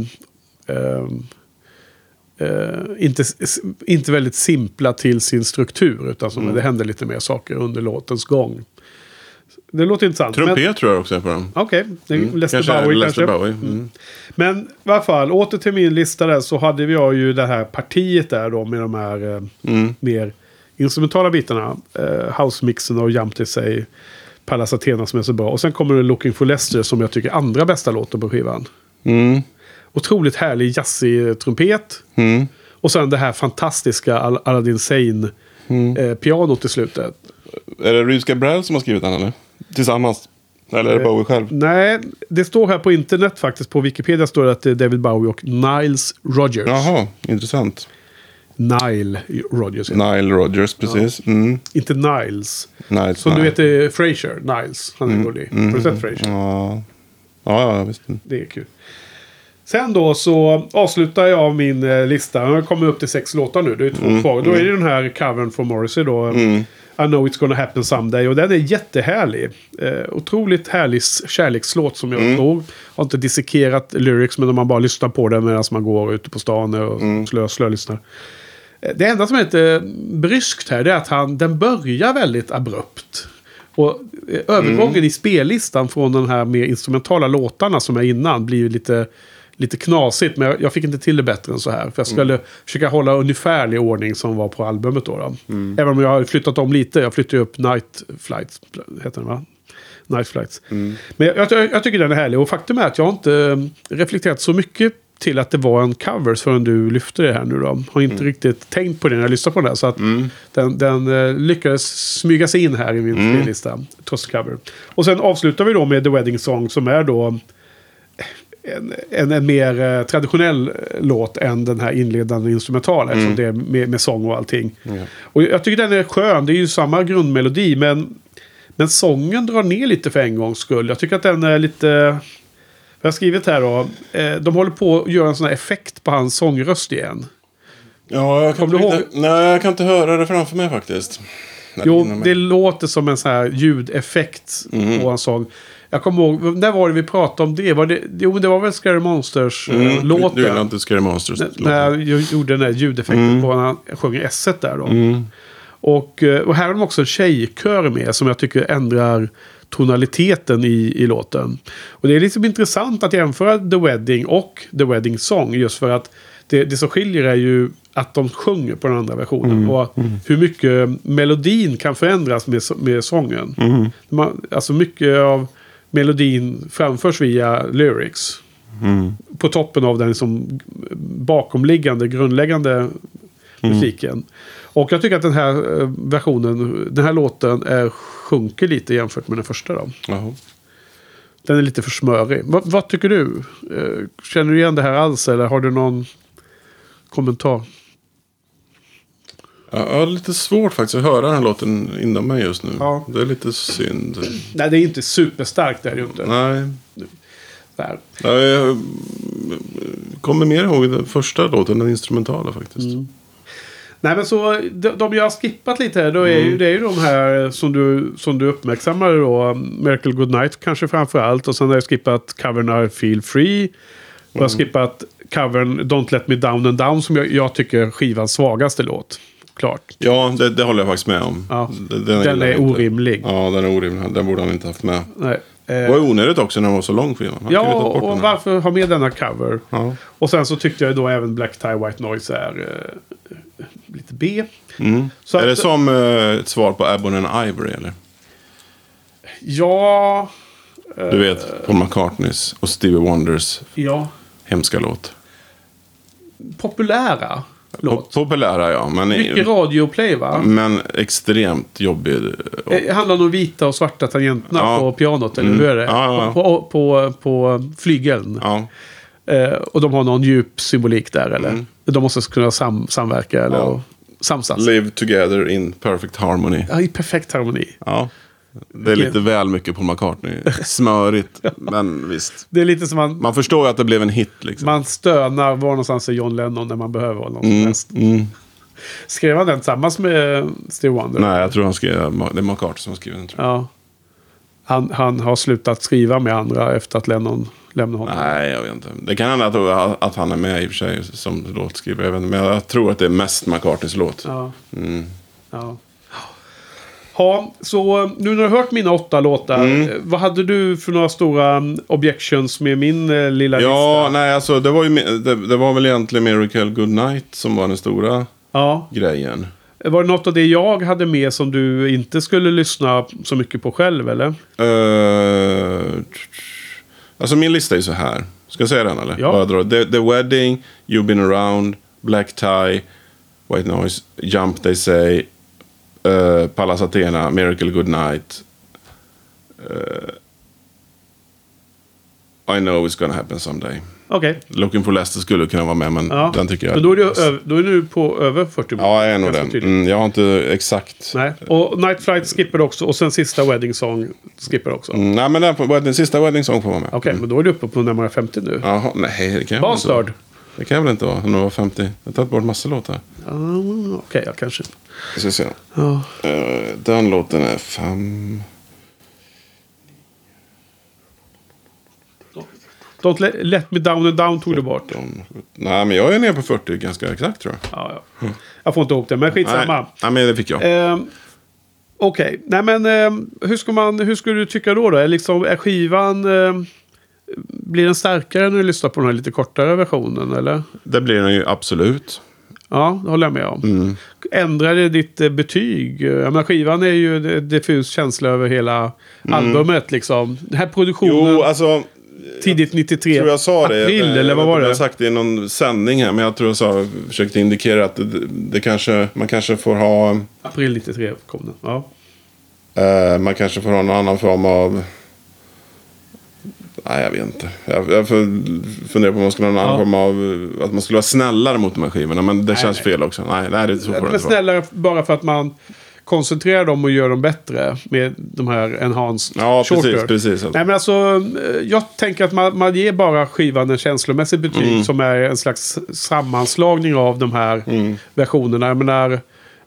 inte väldigt simpla till sin struktur. Utan som det händer lite mer saker under låtens gång. Det låter intressant. Trumpet tror jag också är på den. Okej, Lester Bowie. Men i alla fall, åter till min lista där, så hade vi ju det här partiet där då med de här mer instrumentala bitarna. House-mixen och Jump Day Say, Pallas Athena som är så bra. Och sen kommer det Looking for Lester som jag tycker är andra bästa låten på skivan. Otroligt härlig jazzig trumpet. Och sen det här fantastiska Aladdin Sane pianot i slutet. Är det Reeves Gabrels som har skrivit den, eller? Tillsammans? Eller är det Bowie själv? Nej, det står här på internet faktiskt. På Wikipedia står det att det är David Bowie och Niles Rodgers. Jaha, intressant. Nile Rodgers. Nile Rodgers, precis. Ja. Inte Niles. Som du vet är Frasier, Niles. Han är rolig. Har du sett Frasier? Ja, visst. Det är kul. Sen då så avslutar jag min lista. Jag kommer upp till 6 låtar nu. Det är 2 kvar. Då är det den här covern från Morrissey då. I know it's gonna happen someday. Och den är jättehärlig. Otroligt härlig kärlekslåt som jag tror. Har inte dissekerat lyrics, men om man bara lyssnar på den medan man går ute på stan och slölyssnar. Det enda som är lite bryskt här är att den börjar väldigt abrupt. Och övergången i spellistan från den här mer instrumentala låtarna som är innan blir lite knasigt, men jag fick inte till det bättre än så här. För jag skulle försöka hålla ungefärlig ordning som var på albumet då. Även om jag har flyttat om lite. Jag flyttade upp Night Flights, heter den, va? Night Flights. Men jag tycker den är härlig. Och faktum är att jag har inte reflekterat så mycket till att det var en covers förrän du lyfte det här nu då. Har inte riktigt tänkt på det när jag lyssnade på den här. Så att den lyckades smyga sig in här i min spellista. Trots cover. Och sen avslutar vi då med The Wedding Song som är då en mer traditionell låt än den här inledande instrumentala. Eftersom det är med sång och allting. Och jag tycker den är skön. Det är ju samma grundmelodi, men sången drar ner lite för en gångs skull. Jag tycker att den är lite... Jag har skrivit här då. De håller på att göra en sån här effekt på hans sångröst igen. Ja, jag kan inte höra det framför mig faktiskt. Jo, det låter som en sån här ljudeffekt på en sång. Jag kommer ihåg, när var det vi pratade om det? Det var väl Scary Monsters-låten. Du gillar inte Scary Monsters. När jag gjorde den där ljudeffekten på när han sjunger S-et där då. Och här har de också en tjejkör med som jag tycker ändrar tonaliteten i låten. Och det är liksom intressant att jämföra The Wedding och The Wedding Song just för att det som skiljer är ju att de sjunger på den andra versionen. Och hur mycket melodin kan förändras med sången. Alltså mycket av melodin framförs via lyrics. På toppen av den liksom bakomliggande, grundläggande musiken. Och jag tycker att den här versionen, den här låten sjunker lite jämfört med den första då. Den är lite för smörig. Vad tycker du? Känner du igen det här alls eller har du någon kommentar? Jag har lite svårt faktiskt att höra den här låten inom mig just nu. Ja. Det är lite synd. Nej, det är inte superstarkt där ju inte. Nej. Där. Jag kommer mer ihåg den första låten, den instrumentala faktiskt. Nej, men så de jag har skippat lite här, då är ju, det är ju de här som du uppmärksammade då. Miracle Goodnight kanske framförallt. Och sen har jag skippat covern I Feel Free. Och jag har skippat covern Don't Let Me Down and Down som jag tycker skivans svagaste låt. Klart. Ja, det håller jag faktiskt med om. Ja, den är orimlig. Ja, den är orimlig. Den borde han inte haft med. Nej. Det var onödigt också när den var så lång skivan. Ja, och varför ha med denna cover? Ja. Och sen så tyckte jag då även Black Tie White Noise är lite B. Så är det som ett svar på Ebony and Ivory eller? Ja. Du vet, Paul McCartneys och Stevie Wonders hemska låt. Populära låt. Populära, ja. Men mycket radioplay, va? Men extremt jobbig. Det handlar om vita och svarta tangenterna på pianot, eller hur är det? Ja. På flygeln. Ja. Och de har någon djup symbolik där, eller? De måste kunna samverka, eller samsas. Live together in perfect harmony. Ja, i perfekt harmoni. Ja. Det är lite väl mycket på McCartney. Smörigt, men visst. Det är lite som man förstår ju att det blev en hit. Liksom. Man stönar var någonstans är John Lennon när man behöver honom. Skrev han den tillsammans med Stevie Wonder? Nej, jag tror han skrev. Det är McCartney som skrev den, tror jag. Ja. Han har slutat skriva med andra efter att Lennon lämnade honom. Nej, jag vet inte. Det kan hända att han är med i och för sig som låtskrivare. Jag vet inte, men jag tror att det är mest McCartneys låt. Ja. Ja. Ja, så nu när du har hört mina 8 låtar, vad hade du för några stora objections med min lilla lista? Ja, nej, alltså det var väl egentligen Miracle Goodnight som var den stora grejen. Var det något av det jag hade med som du inte skulle lyssna så mycket på själv, eller? Alltså min lista är så här. Ska jag säga den, eller? Ja. The Wedding, You've Been Around, Black Tie, White Noise, Jump They Say, Pallas Athena, Miracle Goodnight, I Know It's Gonna Happen Someday. Okej. Looking for Lester skulle kunna vara med, men den tycker jag... Men då är du på över 40 minuter. Ja, jag är nog den. Jag har inte exakt... Nej. Och Night Flight skippar också. Och sen sista Wedding Song skippar också. Nej, men den sista Wedding Song får vara med. Okej, men då är du uppe på närmare 50 nu. Jaha, nej, det kan jag Bastard. inte. Det kan jag väl inte vara, när jag var 50. Jag har tagit bort massa låtar. Okej, jag kanske. Jag ska se. Ja. Den låten är 5... Don't let me down and down tog du bort. Nej, men jag är nere på 40 ganska exakt, tror jag. Ja. Jag får inte ihop det, men skitsamma. Nej, men det fick jag. Okej. Nej, men hur ska du tycka då? Är skivan... blir den starkare när du lyssnar på den här lite kortare versionen, eller? Det blir den ju absolut. Ja, det håller jag med om. Ändrar det ditt betyg? Jag menar, skivan är ju diffus känsla över hela albumet, liksom. Den här produktionen... Jo, alltså... Tidigt 93. Tror jag sa det. April, eller vad var det? Jag har sagt det i någon sändning här, men jag tror jag försökte indikera att det kanske... Man kanske får ha... April 93 kom den, ja. Man kanske får ha någon annan form av... Nej, jag vet inte. Jag funderar på om man skulle ha någon annan form av... Att man skulle vara snällare mot de här skivorna. Men det känns fel också. Nej, det är så får det inte snällare bara för att man koncentrera dem och göra dem bättre med de här enhanced Ja, shorter. precis. Nej, men alltså, jag tänker att man ger bara skivan en känslomässig betyg som är en slags sammanslagning av de här versionerna. Jag menar,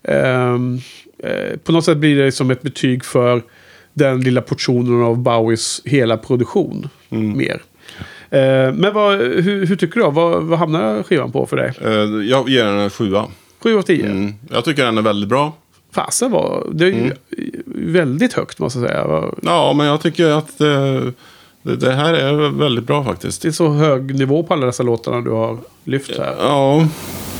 på något sätt blir det som ett betyg för den lilla portionen av Bowies hela produktion mer. Men hur tycker du då? Vad hamnar skivan på för dig? Jag ger den en 7. 7 av 10? Jag tycker den är väldigt bra. Fasen det är ju väldigt högt, måste jag säga. Ja, men jag tycker att det här är väldigt bra faktiskt. Det är så hög nivå på alla dessa låtarna du har lyft här. Ja.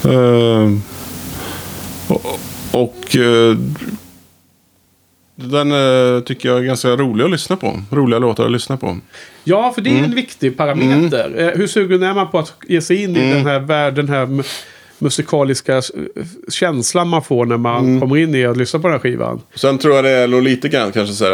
Den tycker jag är ganska rolig att lyssna på. Roliga låtar att lyssna på. Ja, för det är en viktig parameter. Hur sugen är man på att ge sig in i den här världen, den här musikaliska känslan man får när man kommer in i att lyssna på den här skivan. Sen tror jag det är lite grann kanske så här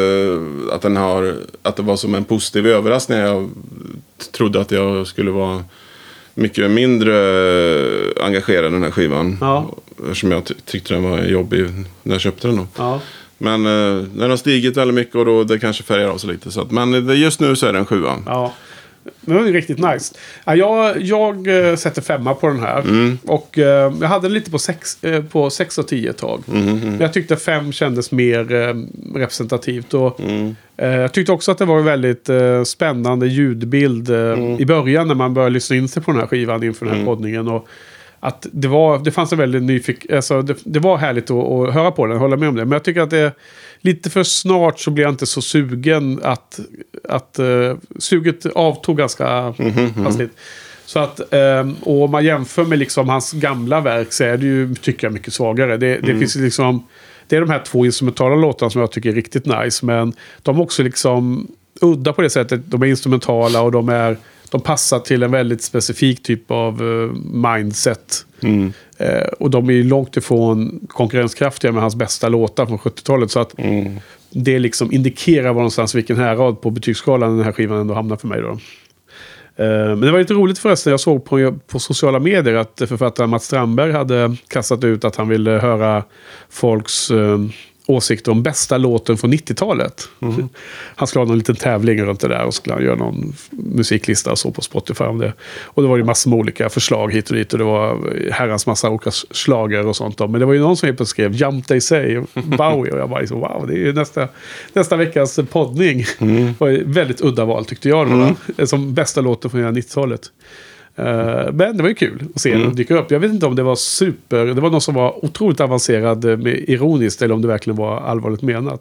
att det var som en positiv överraskning. Jag trodde att jag skulle vara mycket mindre engagerad i den här skivan. Ja. Eftersom jag tyckte den var jobbig när jag köpte den då. Ja. Men den har stigit väldigt mycket och då det kanske färgar av sig lite. Så att, men just nu så är den 7. Ja. Men det är riktigt nice. Jag sätter 5 på den här. Och jag hade lite på 6 av 10 ett tag. Men jag tyckte 5 kändes mer representativt. Och jag tyckte också att det var en väldigt spännande ljudbild i början när man började lyssna in sig på den här skivan inför den här poddningen. Och att det fanns en väldigt alltså det var härligt att höra på den, hålla med om det. Men jag tycker att det lite för snart så blir jag inte så sugen att suget avtog ganska hastigt. Så att, och om man jämför med liksom hans gamla verk så är det ju, tycker jag, mycket svagare. Det finns liksom, det är de här 2 instrumentala låtarna som jag tycker är riktigt nice, men de är också liksom udda på det sättet. De är instrumentala och de passar till en väldigt specifik typ av mindset. Och de är ju långt ifrån konkurrenskraftiga med hans bästa låtar från 70-talet. Så att det liksom indikerar var någonstans vilken härad på betygsskalan den här skivan ändå hamnar för mig då. Men det var lite roligt förresten. Jag såg på sociala medier att författaren Mats Strandberg hade kastat ut att han ville höra folks åsikter om bästa låten från 90-talet. Han skulle ha någon liten tävling runt det där och skulle göra någon musiklista och så på Spotify om det. Och det var ju massor med olika förslag hit och dit och det var herrans massa olika slager och sånt. Men det var ju någon som helt plötsligt skrev Jump They Say, Bowie, och jag bara så, wow, det är ju nästa veckas poddning. Det var ju väldigt udda val tyckte jag som bästa låten från 90-talet. Men det var ju kul att se den dyka upp. Jag vet inte om det var det var någon som var otroligt avancerad med ironiskt eller om det verkligen var allvarligt menat.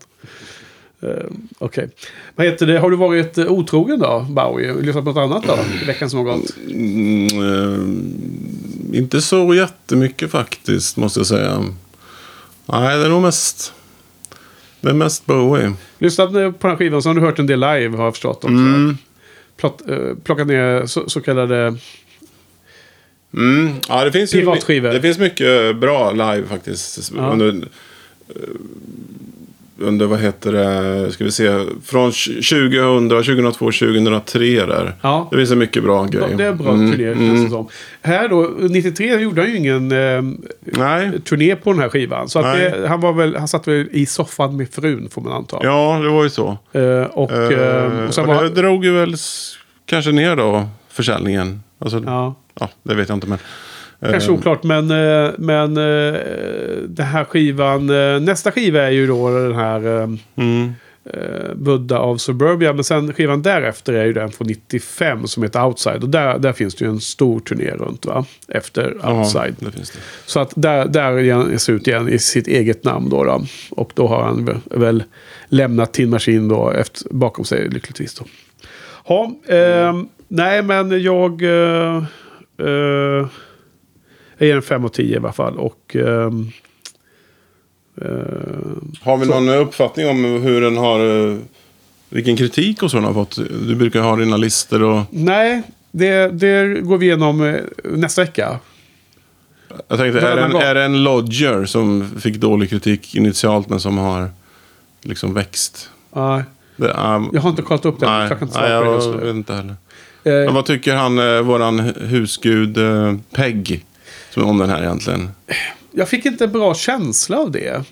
Okej. Vad heter det? Har du varit otrogen då, Bowie? Lyssnat på något annat då i veckan som har gått? Inte så jättemycket faktiskt, måste jag säga. Nej, det är nog mest Bowie. Lyssnat på den här skivan så har du hört en del live, har jag förstått också. Plockat ner så kallade ja, det finns piratskivor. Det finns mycket bra live faktiskt. Ja. Under vad heter det, ska vi se, från 2002, 2003 där. Ja. Det finns så mycket bra grejer. Det är bra turné. Här då, 93 gjorde han ju ingen turné på den här skivan. Så att han satt väl i soffan med frun, får man anta. Ja, det var ju så. Och sen det drog ju väl kanske ner då försäljningen. Alltså, ja, det vet jag inte, men kanske oklart, men den här skivan, nästa skiva är ju då den här Buddha av Suburbia, men sen skivan därefter är ju den från 95 som heter Outside, och där finns det ju en stor turné runt, va? Efter Outside. Det finns det. Så att där ser ut igen i sitt eget namn då. Och då har han väl lämnat Tin Machine då bakom sig, lyckligtvis då. Ja, nej, men jag ger en 5 av 10 i alla fall. Och har vi någon uppfattning om hur den har, vilken kritik och så den har fått? Du brukar ha dina listor och... Nej, det går vi igenom nästa vecka. Jag tänkte, är det en Lodger som fick dålig kritik initialt men som har liksom växt? Nej. Jag har inte kollat upp det. Nej, jag vet inte heller. Men vad tycker han, våran husgud Peg, om den här egentligen? jag fick inte en bra känsla av det.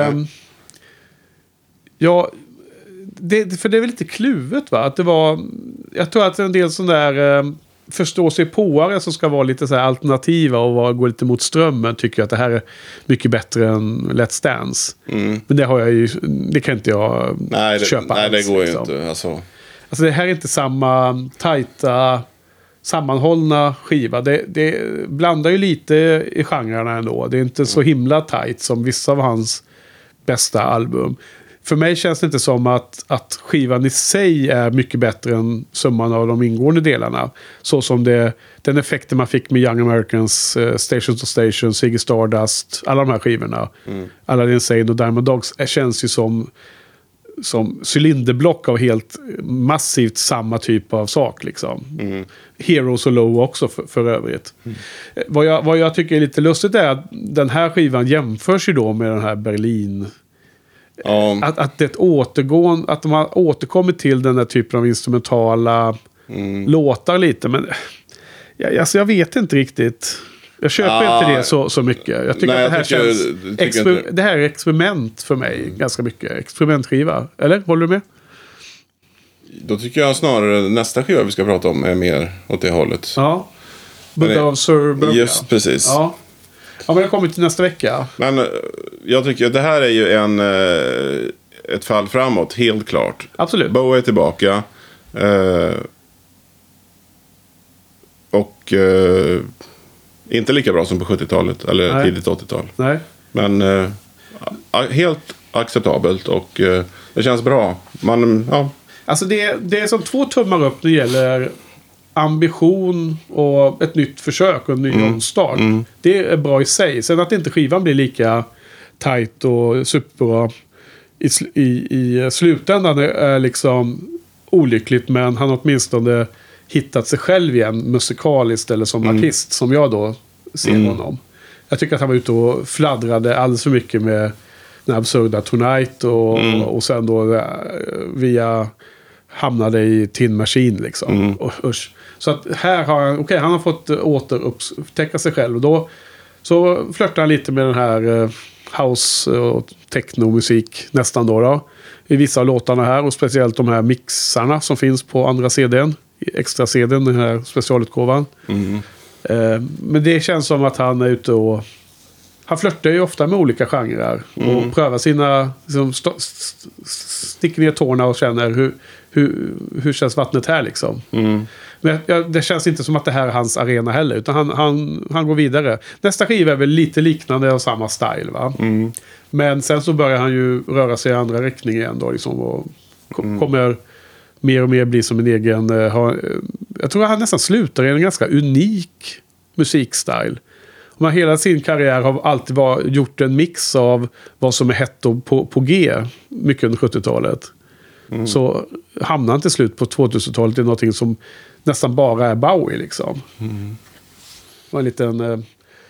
För det är väl lite kluvet, va? Att det var, jag tror att en del sån där förstå sig påare som ska vara lite så här alternativa och gå lite mot strömmen tycker att det här är mycket bättre än Let's Dance. Men det har jag ju, det kan inte jag köpa. Nej, alls, det går liksom. ju inte. Alltså det här är inte samma tajta sammanhållna skiva. Det blandar ju lite i genrerna ändå. Det är inte så himla tajt som vissa av hans bästa album. För mig känns det inte som att skivan i sig är mycket bättre än summan av de ingående delarna. Så som den effekten man fick med Young Americans, Station to Station, Ziggy Stardust, alla de här skivorna. Aladdin Insane och Diamond Dogs känns ju som cylinderblock av helt massivt samma typ av sak liksom. Heroes och Low också för övrigt. Vad jag tycker är lite lustigt är att den här skivan jämförs ju då med den här Berlin. Att de har återkommit till den här typen av instrumentala låtar lite, men jag vet inte riktigt. Jag köper inte det så mycket. Jag tycker att det här känns det här är experiment för mig ganska mycket. Experimentskiva. Eller? Håller du med? Då tycker jag snarare nästa skiva vi ska prata om är mer åt det hållet. Ja. Buddha of Suburban. Just precis. Ja. Ja, men jag kommer till nästa vecka. Men jag tycker att det här är ju ett fall framåt, helt klart. Absolut. Bowie är tillbaka. Och inte lika bra som på 70-talet eller tidigt 80-tal. Nej. Men helt acceptabelt och det känns bra. Alltså det är som 2 tummar upp när det gäller ambition och ett nytt försök och en ny omstart. Det är bra i sig. Sen att inte skivan blir lika tight och superbra i slutändan är liksom olyckligt, men han har åtminstone hittat sig själv igen musikaliskt eller som artist som jag då ser honom. Jag tycker att han var ute och fladdrade alldeles för mycket med den absurda Tonight och sen då via hamnade i Tin Machine liksom. Så att här har han har fått återupptäcka sig själv och då så flörtar han lite med den här house och technomusik nästan då i vissa av låtarna här, och speciellt de här mixarna som finns på andra CD:n, extra CD:n, den här specialutgåvan. Men det känns som att han är ute och han flörtar ju ofta med olika genrer och prövar sina liksom, sticker ner tårna och känner hur känns vattnet här liksom. Men det känns inte som att det här är hans arena heller, utan han går vidare. Nästa skiva är väl lite liknande av samma style, va? Men sen så börjar han ju röra sig i andra riktning igen då liksom, och kommer mer och mer bli som en egen jag tror han nästan slutar i en ganska unik musikstil. Man hela sin karriär har alltid gjort en mix av vad som är hett och på G mycket under 70-talet. Så hamnar han till slut på 2000-talet i någonting som nästan bara är Bowie liksom. Det var en liten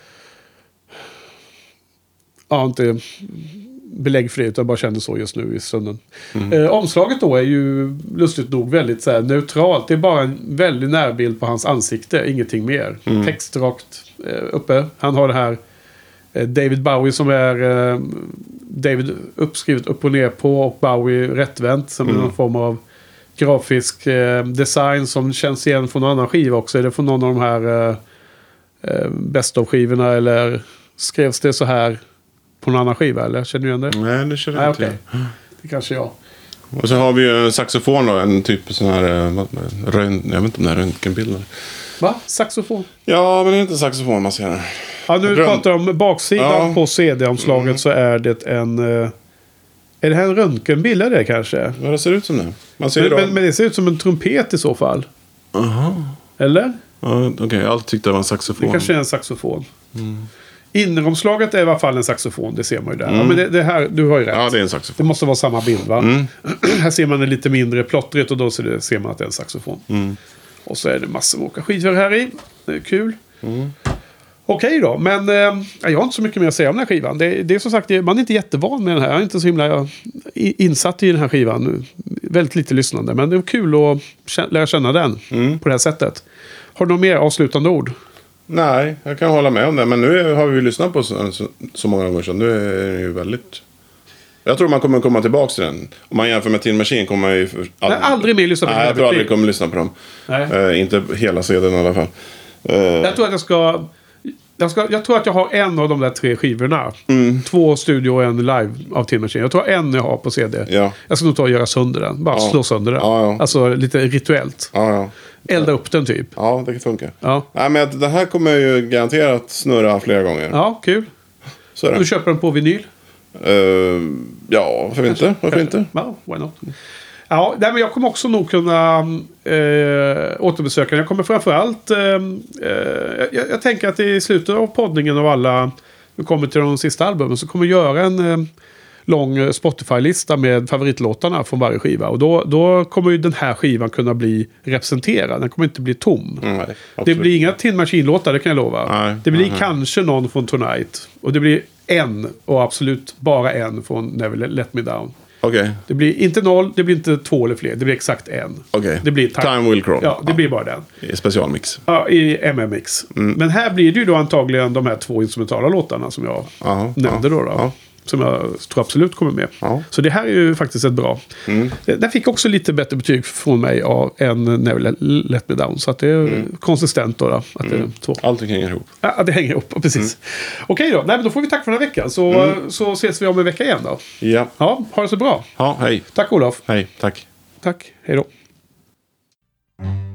inte belägg för det, utan jag bara kände så just nu i stunden. Omslaget då är ju lustigt nog väldigt så här neutralt. Det är bara en väldigt närbild på hans ansikte, ingenting mer. Text rakt uppe. Han har det här David Bowie som är David uppskrivet upp och ner på och Bowie rättvänt som någon form av grafisk design som känns igen från någon annan skiva också. Är det från någon av de här best of-skivorna eller skrevs det så här på någon annan skiva, eller känner du igen det? Nej, det känner jag inte. Okay. Det kanske jag. Och så har vi ju en saxofon då, en typ sån här jag vet inte om det är röntgenbilder. Va? Saxofon? Ja, men det är inte saxofon man ser. Ja, nu pratar om baksidan på CD-omslaget så är det en... Är det här en röntgenbild det kanske? Ja, det ser ut som det. Man ser men det ser ut som en trumpet i så fall. Aha. Eller? Ja, okej. Jag alltid tyckte det var en saxofon. Det kanske är en saxofon. Inneromslaget är i alla fall en saxofon, det ser man ju där. Ja, men det här, du har ju rätt. Ja, det är en saxofon. Det måste vara samma bild, va? Här ser man det lite mindre plottrigt och då ser man att det är en saxofon. Och så är det massor med åka skidor här i. Det är kul. Okej då, men jag har inte så mycket mer att säga om den här skivan. Det är som sagt, man är inte jättevan med den här. Jag är inte så himla insatt i den här skivan. Väldigt lite lyssnande, men det är kul att lära känna den på det här sättet. Har du några mer avslutande ord? Nej, jag kan hålla med om det. Men nu har vi ju lyssnat på så många gånger så nu är det ju väldigt... Jag tror man kommer komma tillbaka till den. Om man jämför med Tin Machine kommer man ju... aldrig mer lyssna på Nej, jag tror aldrig kommer lyssna på dem. Inte hela sedeln i alla fall. Jag tror att jag tror att jag har en av de där 3 skivorna. 2 studio och en live av Tin Machine. Jag tror en jag har på CD. Ja. Jag ska nog ta och göra sönder den. Bara slå sönder den. Ja. Alltså lite rituellt. Ja. Elda upp den typ. Ja, det kan funka. Ja. Nej, men det här kommer ju garanterat snurra flera gånger. Ja, kul. Så är det. Du köper den på vinyl? Ja, varför inte? Ja, why not? Ja, men jag kommer också nog kunna återbesöka den. Jag kommer framförallt... jag tänker att i slutet av poddningen av alla... Vi kommer till de sista albumen så kommer jag göra en lång Spotify-lista med favoritlåtarna från varje skiva. Och då kommer ju den här skivan kunna bli representerad. Den kommer inte bli tom. Nej, det blir inga Tin Machine-låtar, det kan jag lova. Nej, det blir kanske någon från Tonight. Och det blir en, och absolut bara en från Never Let Me Down. Okej. Det blir inte 0, det blir inte 2 eller fler. Det blir exakt en. Okej. Det blir Time Will Crawl. Ja, det blir bara den. I specialmix. Ja, i MMX. Men här blir det ju då antagligen de här 2 instrumentala låtarna som jag nämnde då. Ja. Som jag tror absolut kommer med. Ja. Så det här är ju faktiskt ett bra. Där fick också lite bättre betyg från mig än Never Let Me Down. Så att det är konsistent då. Att det är 2. Allt hänger ihop. Ja, det hänger ihop. Precis. Okej då. Nej, men då får vi tack för den här veckan. Så ses vi om en vecka igen då. Ja. Ja, ha det så bra. Ja, hej. Tack Olof. Hej, tack. Tack. Hej då.